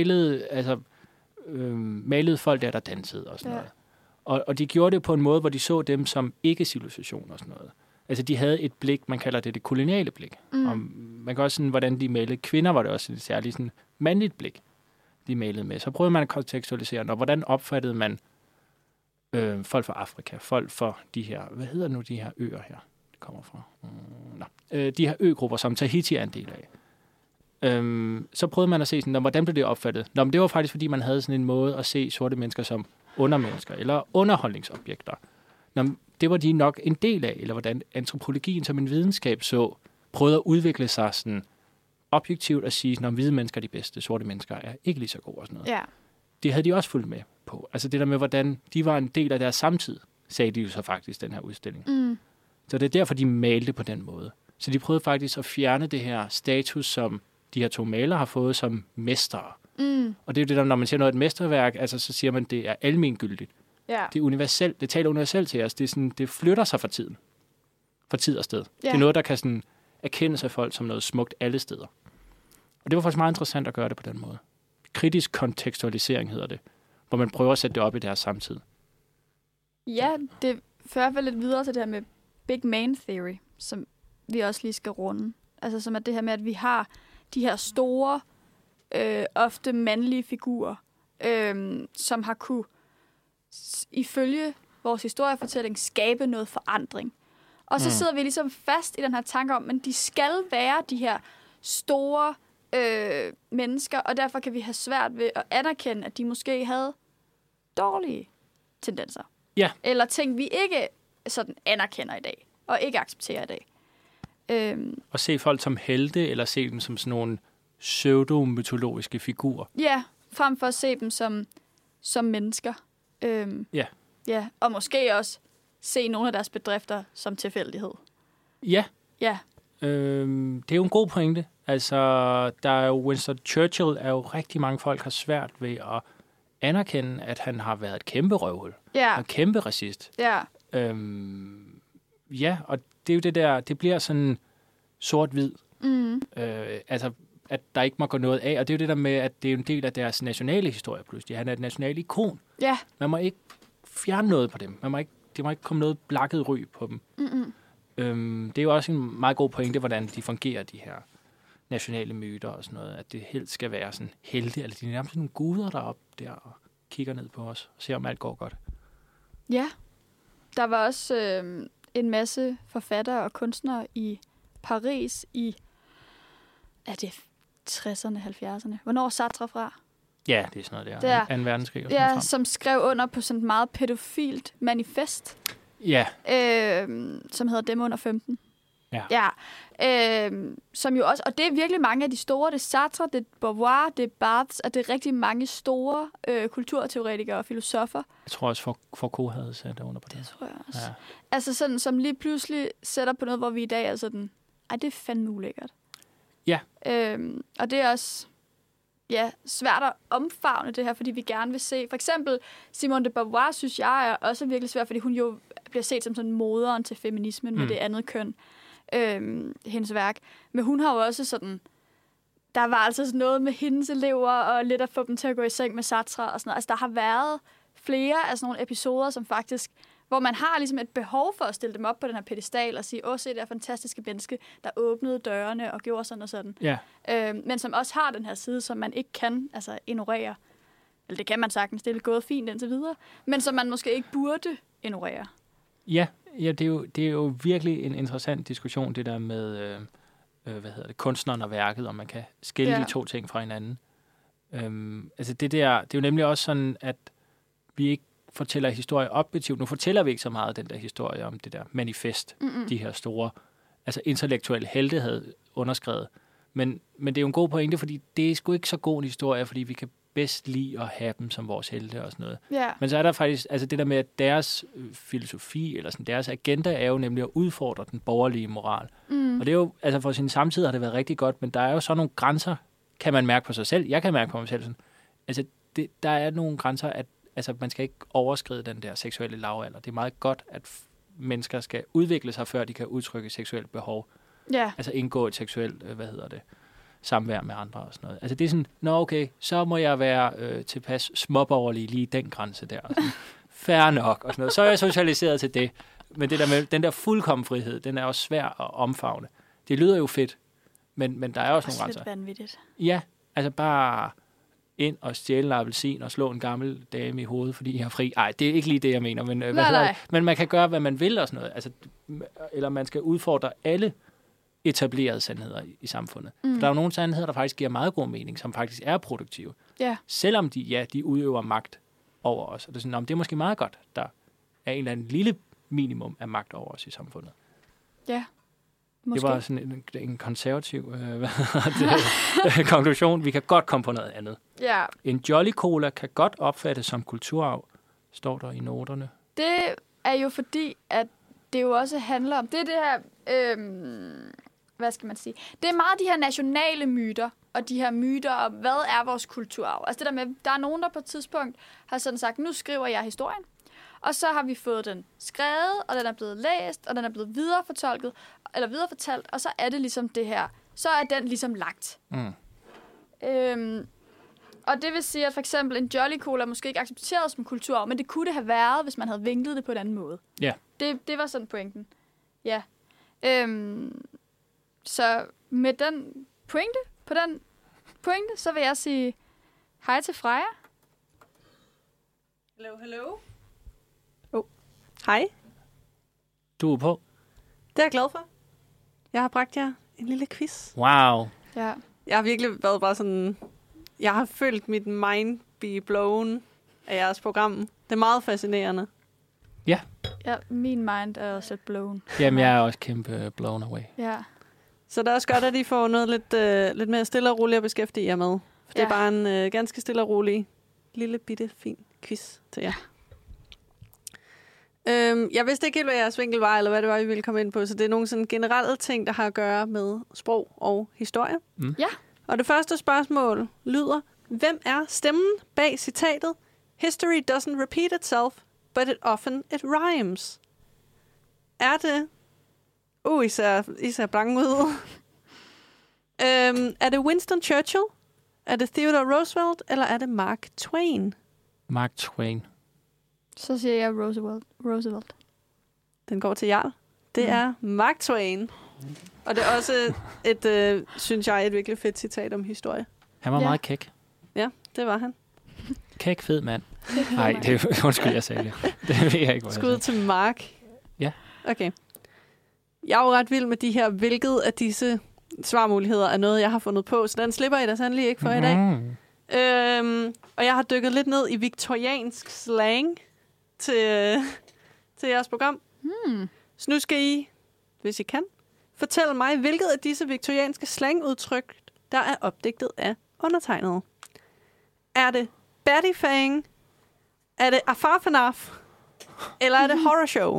malede folk der dansede og sådan noget. Og de gjorde det på en måde, hvor de så dem som ikke-civilisation og sådan noget. Altså, de havde et blik, man kalder det koloniale blik. Og man kan også sådan, hvordan de malede kvinder, var det også et særligt sådan mandligt blik, de malede med. Så prøvede man at kontekstualisere, og hvordan opfattede man folk fra Afrika, folk fra de her, hvad hedder nu de her øer her, det kommer fra? De her øgrupper, som Tahiti er en del af. så prøvede man at se, sådan, hvordan blev det opfattet? Men det var faktisk, fordi man havde sådan en måde at se sorte mennesker som undermennesker eller underholdningsobjekter. Det var de nok en del af, eller hvordan antropologien som en videnskab prøvede at udvikle sig sådan objektivt at sige, at hvide mennesker er de bedste, sorte mennesker er ikke lige så gode og sådan noget. Ja. Det havde de også fulgt med på. Altså det der med, hvordan de var en del af deres samtid, sagde de jo så faktisk, den her udstilling. Så det er derfor, de malte på den måde. Så de prøvede faktisk at fjerne det her status, som de her 2 malere har fået som mestre. Og det er jo det der, når man siger noget af et mesterværk, altså så siger man, at det er almengyldigt. Ja. Det er universelt, det taler universelt til os. Det er sådan, det flytter sig fra tiden. Fra tid og sted. Ja. Det er noget, der kan sådan erkendes af folk som noget smukt alle steder. Og det var faktisk meget interessant at gøre det på den måde. Kritisk kontekstualisering hedder det, hvor man prøver at sætte det op i deres samtid. Ja, det fører vel lidt videre til det her med Big Man Theory, som vi også lige skal runde. Altså som er det her med, at vi har de her store, ofte mandlige figurer, som har kunne, ifølge vores historiefortælling, skabe noget forandring. Og så sidder vi ligesom fast i den her tanke om, at de skal være de her store mennesker, og derfor kan vi have svært ved at anerkende, at de måske havde dårlige tendenser. Ja. Eller ting, vi ikke sådan anerkender i dag, og ikke accepterer i dag. Og se folk som helte, eller se dem som sådan nogle pseudo-mytologiske figurer. Ja, frem for at se dem som mennesker. Ja. Ja, og måske også se nogle af deres bedrifter som tilfældighed. Ja. Ja. Det er jo en god pointe. Altså, der er jo Winston Churchill, er jo rigtig mange folk har svært ved at anerkende, at han har været et kæmpe røvhul. Ja. Og kæmpe racist. Ja. Ja, og det er jo det der, det bliver sådan sort-hvid. Altså, at der ikke må gå noget af. Og det er jo det der med, at det er en del af deres nationale historie pludselig. Han er et nationalt ikon. Ja. Man må ikke fjerne noget på dem. Det må ikke komme noget blakket ry på dem. Det er jo også en meget god pointe, hvordan de fungerer, de her nationale myter og sådan noget. At det helst skal være sådan helte, eller de er nærmest nogle guder deroppe der og kigger ned på os og ser, om alt går godt. Ja. Der var også en masse forfattere og kunstnere i Paris i, er det 60'erne, 70'erne? Hvornår er Sartre fra? Ja, det er sådan noget der. 2. verdenskrig. Og sådan ja, som skrev under på sådan et meget pædofilt manifest. Ja. Som hedder Dem under 15. Ja. Som jo også, og det er virkelig mange af de store, det er Sartre, det er Beauvoir, det er Barthes, og det er rigtig mange store kulturteoretikere og filosofer. Jeg tror også, Foucault havde sat under på det. Det tror jeg også. Ja. Altså sådan, som lige pludselig sætter på noget, hvor vi i dag er sådan, det er fandme ulækkert. Ja. Og det er også svært at omfavne det her, fordi vi gerne vil se, for eksempel Simone de Beauvoir, synes jeg, er også virkelig svært, fordi hun jo bliver set som sådan moderen til feminismen med det andet køn, hendes værk. Men hun har jo også sådan, der var altså sådan noget med hendes elever, og lidt at få dem til at gå i seng med Sartre og sådan noget. Altså der har været flere af sådan nogle episoder, som faktisk, hvor man har ligesom et behov for at stille dem op på den her pedestal og sige, se det her fantastiske menneske, der åbnede dørene og gjorde sådan og sådan. Ja. Men som også har den her side, som man ikke kan ignorere. Eller det kan man sagtens, det er gået fint indtil videre, men som man måske ikke burde ignorere. Ja, det er jo virkelig en interessant diskussion, det der med kunstneren og værket, om man kan skille de to ting fra hinanden. Altså det er jo nemlig også sådan, at vi ikke fortæller historie objektivt. Nu fortæller vi ikke så meget den der historie om det der manifest, de her store, altså intellektuelle helte havde underskrevet. Men det er jo en god pointe, fordi det er sgu ikke så god en historie, fordi vi kan bedst lide at have dem som vores helte og sådan noget. Yeah. Men så er der faktisk, altså det der med, at deres filosofi, eller sådan, deres agenda er jo nemlig at udfordre den borgerlige moral. Og det er jo, altså for sin samtid har det været rigtig godt, men der er jo så nogle grænser, kan man mærke på sig selv. Jeg kan mærke på mig selv sådan. Altså der er nogle grænser, at altså, man skal ikke overskride den der seksuelle lavalder. Det er meget godt, at mennesker skal udvikle sig, før de kan udtrykke seksuelt behov. Yeah. Altså indgå et seksuelt, samvær med andre og sådan noget. Altså det er sådan, okay, så må jeg være tilpas småborgerlig lige den grænse der. Fair nok og sådan noget. Så er jeg socialiseret til det. Men det der med den der fuldkommen frihed, den er også svær at omfavne. Det lyder jo fedt, men der er også nogle grænser. Det er lidt vanvittigt. Ja, altså bare ind og stjæle en appelsin og slå en gammel dame i hovedet, fordi jeg har fri. Nej, det er ikke lige det, jeg mener. Men, men man kan gøre, hvad man vil og sådan noget. Altså, eller man skal udfordre alle etablerede sandheder i samfundet. For der er jo nogle sandheder, der faktisk giver meget god mening, som faktisk er produktive. Ja. Selvom de udøver magt over os. Og det er sådan, det er måske meget godt, der er en eller anden lille minimum af magt over os i samfundet. Ja, måske. Det var sådan en konservativ konklusion. Vi kan godt komme på noget andet. Ja, En Jolly Cola kan godt opfattes som kulturarv, står der i noterne. det er jo fordi, at det jo også handler om... Det er det her... hvad skal man sige? Det er meget de her nationale myter, og de her myter om, hvad er vores kulturarv? Altså det der med, der er nogen, der på et tidspunkt har sådan sagt, nu skriver jeg historien, og så har vi fået den skrevet, og den er blevet læst, og den er blevet viderefortalt, og så er det ligesom det her. Så er den ligesom lagt. Og det vil sige, at for eksempel en Jolly Cola måske ikke accepteret som kulturarv, men det kunne det have været, hvis man havde vinklet det på en anden måde. Ja. Det var sådan pointen. Ja. Så med den pointe, så vil jeg sige hej til Freja. Hello. Hej. Du er på. Det er jeg glad for. Jeg har bragt jer en lille quiz. Wow. Ja. Jeg har virkelig været bare sådan... Jeg har følt mit mind be blown af jeres program. Det er meget fascinerende. Ja, min mind er også lidt blown. Jamen, jeg er også kæmpe blown away. Ja. Så det er også godt, at I får noget lidt mere stille og roligt at beskæftige jer med. For det er bare en ganske stille og rolig, lille bitte fin quiz til jer. Jeg vidste ikke helt, hvad jeres vinkel var, eller hvad det var, I ville komme ind på. Så det er nogle sådan generelle ting, der har at gøre med sprog og historie. Ja. Og det første spørgsmål lyder, hvem er stemmen bag citatet History doesn't repeat itself, but it rhymes? Er det... I ser blanke ud. Er det Winston Churchill? Er det Theodore Roosevelt? Eller er det Mark Twain? Mark Twain. Så siger jeg Roosevelt. Den går til Jarl. Det er Mark Twain. Og det er også synes jeg, et virkelig fedt citat om historie. Han var meget kæk. Ja, det var han. Kæk fed mand. Nej, undskyld, jeg sagde det. Det ved jeg ikke, Skud til Mark. Ja. Okay. Jeg er jo ret vild med de her, hvilket af disse svarmuligheder er noget, jeg har fundet på, så den slipper I da sandelig ikke for i dag. Og jeg har dykket lidt ned i viktoriansk slang til jeres program. Så nu skal I, hvis I kan, fortælle mig, hvilket af disse viktorianske slangudtryk, der er opdigtet af undertegnede. Er det Battyfang? Er det Afarfanaf? Eller er det Horror Show?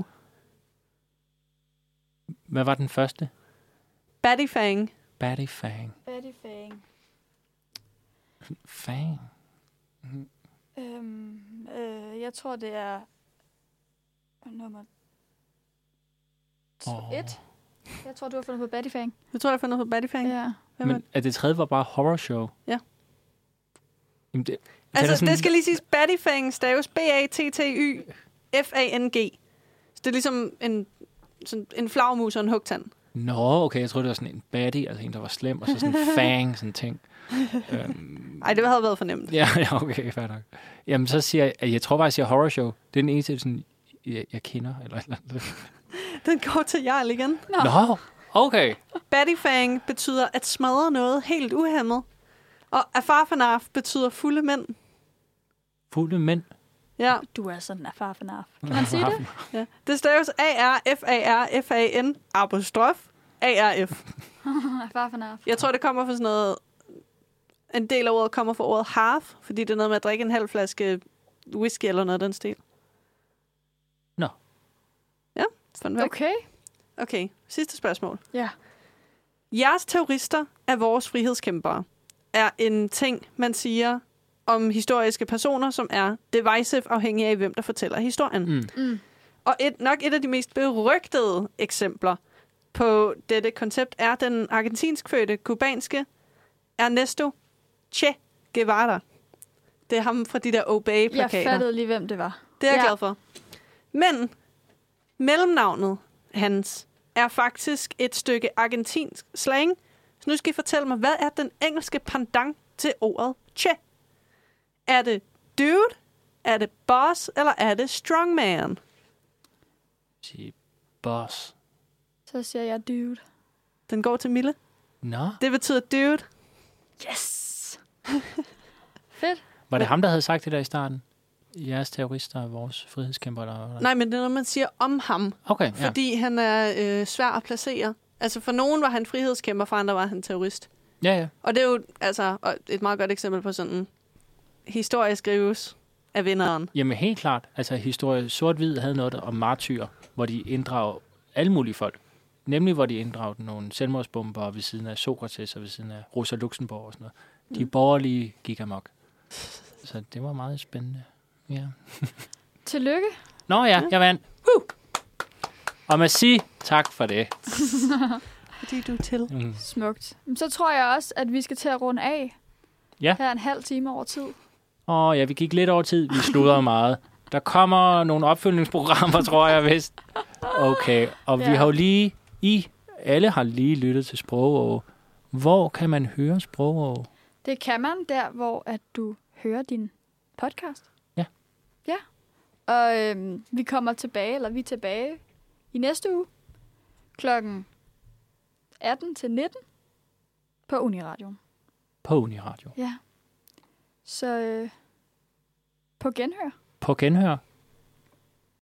Hvad var den første? Battyfang. Battyfang. Fang. Jeg tror, det er nummer 1. Jeg tror, du har fundet på Battyfang. Du tror, jeg har fundet på Battyfang? Ja. Men at det tredje var bare Horror Show? Ja. Jamen, det skal lige siges, Battyfang staves B-A-T-T-Y-F-A-N-G. Så det er ligesom en flagmus og en hugtand. Nå, okay, jeg troede, det var sådan en baddie, altså en, der var slem, og så sådan en fang, sådan en ting. Ej, det havde været fornemt. Ja, okay, fair nok. Jamen, så siger jeg tror bare, jeg siger Horror Show. Det er den eneste, sådan, jeg kender, eller et eller andet. Den går til Jarl igen. Nå, okay. Battyfang betyder at smadre noget helt uhæmmet. Og Afarfanaf betyder fulde mænd. Fulde mænd? Ja. Du er sådan Afarfanaf. Kan man sige det? Ja. Det staves A-R-F-A-R-F-A-N apostrof A-R-F. Afarfanaf. Jeg tror, det kommer fra sådan noget... En del af ordet kommer fra ordet half, fordi det er noget med at drikke en halv flaske whisky eller noget af den stil. Nå. Ja, fun fact. Okay, sidste spørgsmål. Ja. Jeres terrorister er vores frihedskæmpere. Er en ting, man siger om historiske personer, som er divisive afhængig af, hvem der fortæller historien. Og nok et af de mest berygtede eksempler på dette koncept er den argentinsk fødte kubanske Ernesto Che Guevara. Det er ham fra de der Obey-plakater. Jeg fattede lige, hvem det var. Det er jeg glad for. Men mellemnavnet hans er faktisk et stykke argentinsk slang. Så nu skal I fortælle mig, hvad er den engelske pendant til ordet Che? Er det dude? Er det boss? Eller er det strongman? Sige boss. Så siger jeg dude. Den går til Mille. Nå. Det betyder dude. Yes! Fedt. Var det ham, der havde sagt det der i starten? Jeres terrorister er vores frihedskæmper? Eller? Nej, men det er noget, man siger om ham. Okay, ja. Fordi han er svær at placere. Altså for nogen var han frihedskæmper, for andre var han terrorist. Ja, ja. Og det er jo altså et meget godt eksempel på sådan, historie skrives af vinderen. Jamen helt klart. Altså historie sort-hvid havde noget om martyrer, hvor de inddrager alle mulige folk. Nemlig hvor de inddragte nogle selvmordsbomber ved siden af Sokrates og ved siden af Rosa Luxemburg og sådan noget. De borgerlige gik amok. Så det var meget spændende. Ja. Tillykke. Nå ja, jeg vandt. Og man siger tak for det. Fordi du er til. Smukt. Så tror jeg også, at vi skal til at runde af. Ja. Her en halv time over tid. Ja, vi gik lidt over tid. Vi slutter meget. Der kommer nogle opfølgningsprogrammer, tror jeg vist. Okay, og vi har jo lige... alle har lige lyttet til Sprogå. Hvor kan man høre Sprogå? Det kan man der, hvor at du hører din podcast. Ja. Ja. Og vi er tilbage i næste uge klokken 18 til 19 på Uniradioen. På Uniradio. Ja. Så på genhør. På genhør.